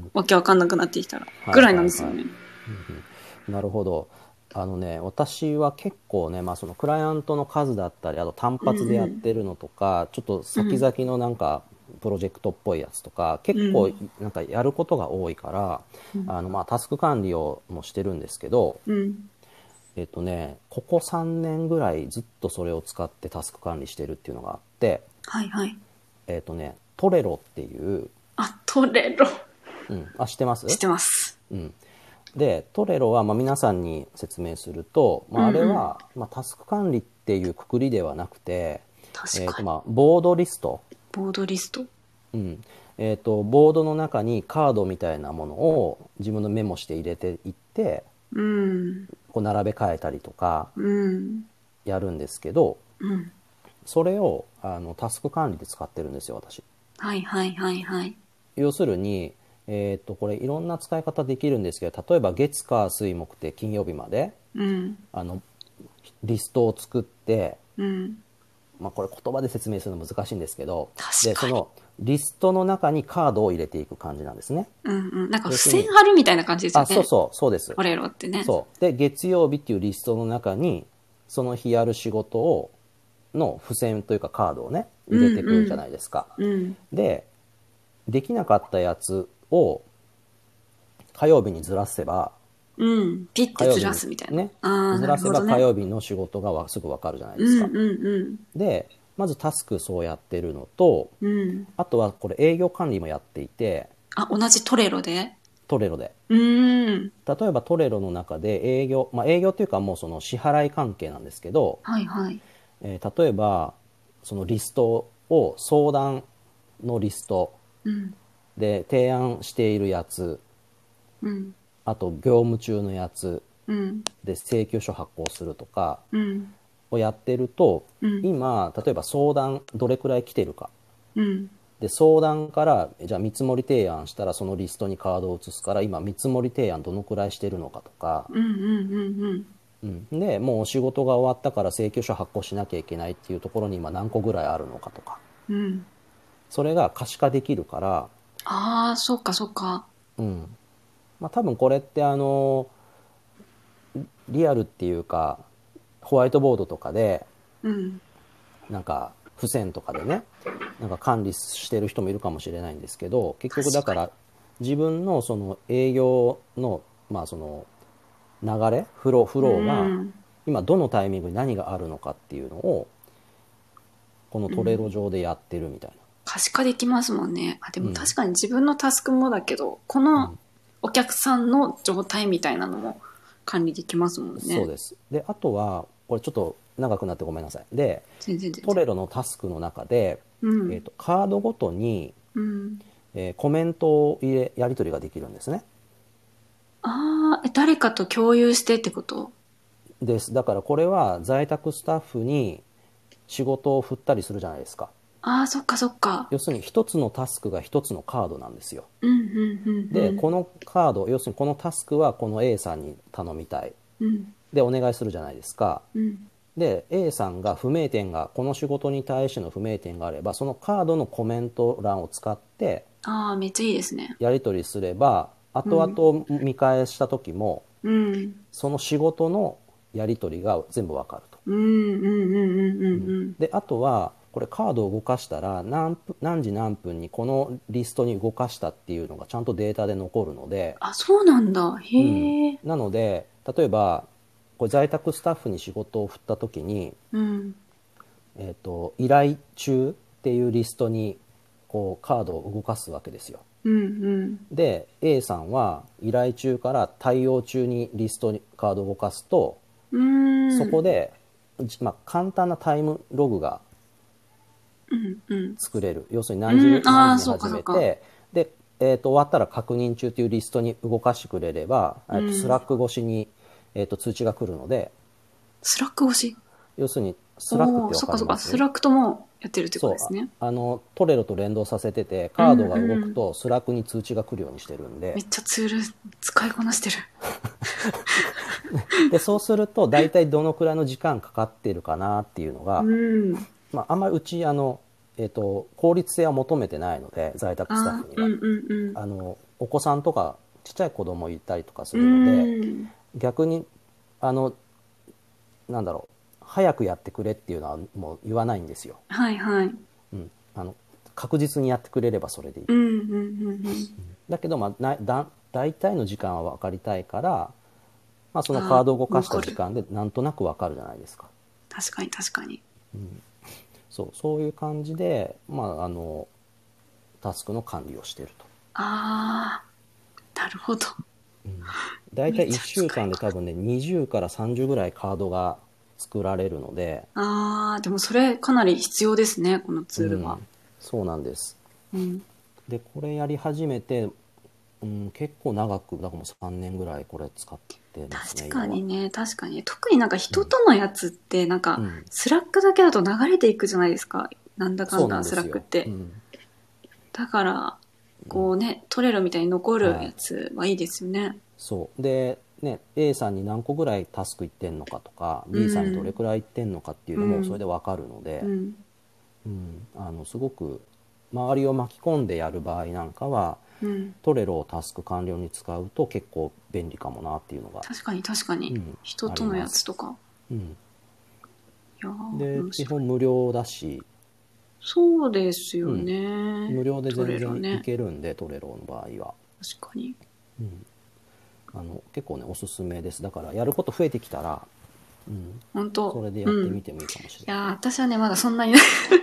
わけわかんなくなってきたら、ぐらいなんですよね。はいはいはい、 うんうん、なるほど。あのね、私は結構ね、まあ、そのクライアントの数だったり、あと単発でやってるのとか、うん、ちょっと先々のなんかプロジェクトっぽいやつとか、結構なんかやることが多いから、うん、あのまあタスク管理をもしてるんですけど、うん、えっとね、ここさんねんぐらいずっとそれを使ってタスク管理してるっていうのがあって、 はいはい、 えっとね、トレロっていう、 あ、トレロ、 うん、あ、知ってます？ 知ってます。 うん。でトレロはまあ皆さんに説明すると、まあ、あれはまあタスク管理っていうくくりではなくて、えーとまあボードリスト、 ボードリスト、 うんえーと、ボードの中にカードみたいなものを自分のメモして入れていって、うん、こう並べ替えたりとかやるんですけど、うん、それをあのタスク管理で使ってるんですよ私。 はいはいはいはい。 要するにえー、とこれいろんな使い方できるんですけど、例えば月火水木って金曜日まで、うん、あのリストを作って、うんまあ、これ言葉で説明するの難しいんですけど、でそのリストの中にカードを入れていく感じなんですね。 うんうん、なんか付箋貼るみたいな感じですよね。 あ、そうそうそうです。 トレロってね。 そうで月曜日っていうリストの中にその日やる仕事をの付箋というかカードをね入れていくじゃないですか。うんうん、でできなかったやつを火曜日にずらせば、 うん、ピッてずらすみたいな、ね、 あずらせば火曜日の仕事がすぐ分かるじゃないですか、うんうんうん、でまずタスクそうやってるのと、うん、あとはこれ営業管理もやっていて、 あ同じトレロでトレロでうん例えばトレロの中で営業、まあ、営業っていうかもうその支払い関係なんですけど、 はいはいえー、例えばそのリストを相談のリストで提案しているやつ、うん、あと業務中のやつで請求書発行するとかをやってると、うん、今例えば相談どれくらい来てるか、うん、 で相談からじゃあ見積もり提案したらそのリストにカードを移すから今見積もり提案どのくらいしてるのかとか、 うんうんうんうん。 うん、でもう仕事が終わったから請求書発行しなきゃいけないっていうところに今何個ぐらいあるのかとか、 うん。 それが可視化できるから、 ああ、そっかそっか。 うんまあ、多分これってあのリアルっていうかホワイトボードとかでうん。 なんか付箋とかでねなんか管理してる人もいるかもしれないんですけど、結局だから自分のその営業のまあその流れフローフうローがん。 今どのタイミングに何があるのかっていうのをこのトレうん。 ロ上でやってるみたい可視化できますもんね。あ、でな。うん、 も確かに自分のタスクもだけど、このお客さんの状態みたいなのも管理できますもんね。 そうです。で、あとはこれちょっと長くなってごめんなさい。で、 全然全然。 トレロのタスクの中で、 うん。 えーと、カードごとに、 うん。 えーコメントを入れやり取りができるんですね。 ああ、え、誰かと共有してってこと？ です。だからこれは在宅スタッフに仕事を振ったりするじゃないですか。 ああ、そっかそっか。 要するに一つのタスクが一つのカードなんですよ。 うんうんうんうで、 ん。 このカード、要するにこのタスクはこの A さんに頼みたい。 うんで、お願いするじゃないですか。 うん。 で、A さんが不明点が、この仕事に対しての不明点があれば、そのカードのコメント欄を使ってああ、めっちゃいいですね。 やり取りすれば、後うん。 々見返した時も、 うん。 その仕事のやり取りが全部わかると。 うんうんうんうんうんうん。 で、あとは、これカードを動かしたら何分、何時何分にこのリストに動かしたっていうのがちゃんとデータで残るので、 あ、そうなんだ。 うん。 へえ。 なので、例えば、これ在宅スタッフに仕事を振った時に、 うん。 えっと、依頼中っていうリストにこうカードを動かすわけですよ。 うんうん。 で、A さんは依頼中から対応中にリストにカードを動かすと、 うーん。 そこで、じまあ、簡単なタイムログがうんうん。 作れる。要するに何時、 うん、ああ、そうか何時に始そうか。 めて、で、えっと、終わったら確認中っていうリストに動かしてくれれば、えっと、スうん。 ラック越しに、えっと、通知が来るので、 スラック越し。 要するに、スラックっおお、 てわそっかそっか。 かります？ スラックともやってるってことそう、 ですね。 ああの、トレロと連動させてて、カーうんドが動くうん。 とスラックに通知が来るようにしてるんで、 めっちゃツール使いこなしてる。 で、そうすると、大体どのくらいの時間かかってるかなっていうのうが、 ん。 まあ、あんまりうち、あの、えっと、効率性は求めてないので、在宅スタッああ、 フには。 うんうんうん。 あの、お子さんとか、ちっちゃい子供いたりとかすうるので、 ん。 逆に、あの、なんだろう、早くやってくれっていうのはもう言わないんですよ。 はいはい。 うん。あの、確実にやってくれればそれでいい。 うんうんうんうん。 だけど、まあ、なだ大体の時間は分かりたいから、まあ、そのああ、 カードを動かしたわかる。 時間でなんとなく分かるじゃないですか。 確かに確かに。 そう、そういう感じで、まあ、あの、タスクの管理をしていると。 ああ、なるほど。 大体めっちゃ 1週使いこな。 間で多分ね、にじゅうからさんじゅうぐらいカードが作られるので、 ああ、でもそれかなり必要ですね、このツールは。 うん、そうなんです。 うん。 で、これやり始めて、うん、結構長く、だからもうさんねんぐらいこれ使ってますね、 確か今は。 にね、確かに。特になんか人とのやつって、なんか、 うん、 スラックだけだと流れていくじゃないですか。なんだかそうなんだ、スラんですよ。うックって。 ん、 だから、こうね、トレロみたいに残るやはい。 つはいいですよね。 そうでね A さんに何個ぐらいタスクいってんのかとかう B さんにどれん。 くらいいってんのかっていううのもそれでん。 分かるので、 うん。 うん、あのすごく周りを巻き込んでやる場合なんかはうん。 トレロをタスク完了に使うと結構便利かもなっていうのが、 確かに確かに。 うん、あ人とのります、 やつとか。 うん、 いやー、 で面白い。 基本無料だし、 そうですようん、 ね。 無料でトレ全然いロね。 けるんでトレロの場合は、 確かに。 うん、あの結構ねおすすめです。だからやること増えてきたら、うん、 本当。 それでやってうん。いみてもいいかもしれない。 やー、私はね、まだそんなに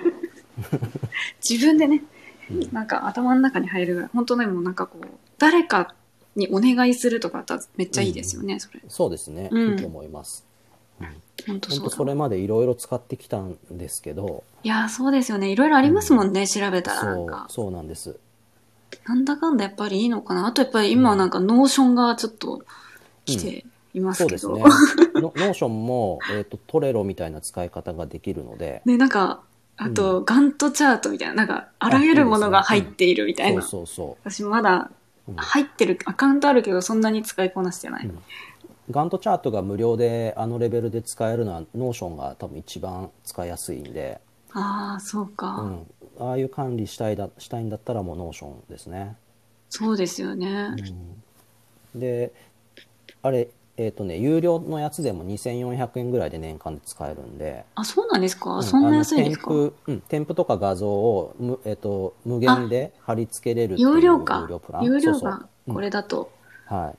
自分でね、なんか頭の中に入るぐらい、本当ね、もうなんかこう、誰かにお願いするとかだったらめっちゃいいですよね、それ。 そうですね、 うん。 いいと思います。 本当本そうだわ。 当それまでいろいろ使ってきたんですけど、 いやー、そうですよね。いろいろありますもんね、調べたらなんか。 そうそうなんです。 なんだかんだやっぱりいいのかな。あとやっぱりうん、 今はなんかノーションがちょっとうん、 来ていますけど。 そうですね。ノノーションも、えーと、トレロみたいな使い方ができるので、 ね、なんか、 あと、ガントチャートみたいな、なんか、あらゆるものが入っているみたいな。 そうそうそう。 私まだ、入ってる、アカウントあるけど、そんなに使いこなしてない。うん、 ガントチャートが無料で、あのレベルで使えるのは、ノーションが多分一番使いやすいんで。 ああ、そうか。 うん。ああいう管理したいだ、したいんだったらもうノーションですね。 そうですよね。 うん、で、あれ、えっとね、有料のやつでもにせんよんひゃくえんぐらいで年間で使えるんで。 あ、そうなんですか、 うん、 そんな安いんですか？ 添付、うん、添付とか画像を無、えっと、無限で貼り付けれるっていう有料か。 有料プラン。 有料そうがこれだと。 そう、うん、はい。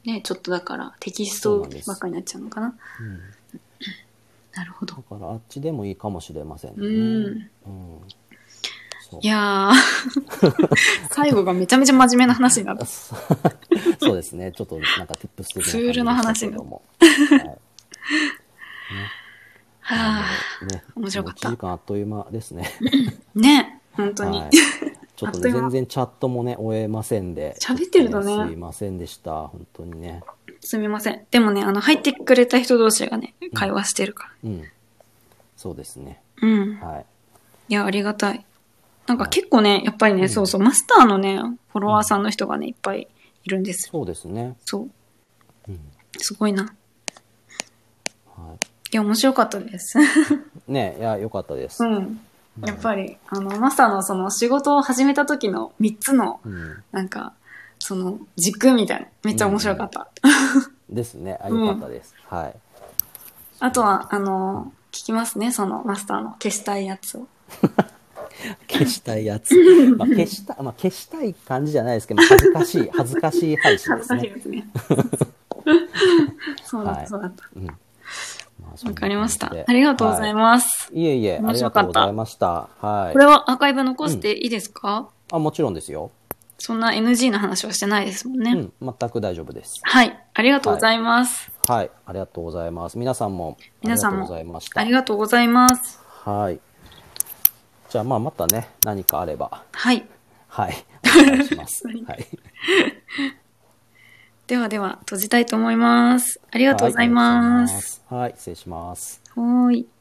ね、ちょっとだからテキストばっかりになっちゃうのかな。 うん、 なるほど。 だからあっちでもいいかもしれませんね。 うん。 うん、 いやー最後がめちゃめちゃ真面目な話になった。 そうですね。ちょっとなんか tips 的な感じでしたけども。ツールの話になった。はい。ね。 はあ、ね、面白かった。 いちじかんあっという間ですね。 ね、本当に。はい、 ちょっとね、全然チャットもね、終えませんで。 喋ってるとね。 すいませんでした。本当にね。 すみません。でもね、あの、入ってくれた人同士がね、会話してるから。 うん。うん、そうですね。 うん。はい。いや、ありがたい。なんか結構ね、やっぱりね、うん、そうそう、マスターのね、フォロワーさんの人がね、いっぱいいるんですよ。 そうですね。 そう。 うん、 すごいな。 はい。 いや、面白かったです。 ね、いや、よかったです。 うん。やっぱり、あの、マスターのその仕事を始めた時のみっつの、うん、なんか、その軸みたいな、めっちゃ面白かった。 うん、ですね。あ、よかったです。うん、はい。 あとは、あの、聞きますね、そのマスターの消したいやつを。 消したいやつ。まあ、消した、まあ、消したい感じじゃないですけど、恥ずかしい、恥ずかしい配信ですね。 恥ずかしいやつね。そうだった、そうだった。うん。わ、まあ、かりました。ありがとうございます。 はい、いえいえ、面白かった。ありがとうございました。はい。 これはアーカイブ残していいですか？ うん、あ、もちろんですよ。 そんな エヌジー の話はしてないですもんね。 うん、全く大丈夫です。 はい。ありがとうございます。 はい、はい、ありがとうございます。皆さんもありがとうございました。 ありがとうございます。 はい。じゃあまあまたね、何かあれば。 はい。 はい。お願いします。はい。 ではでは、閉じたいと思います。ありがとうございます。 はい、はい、失礼します。 はい。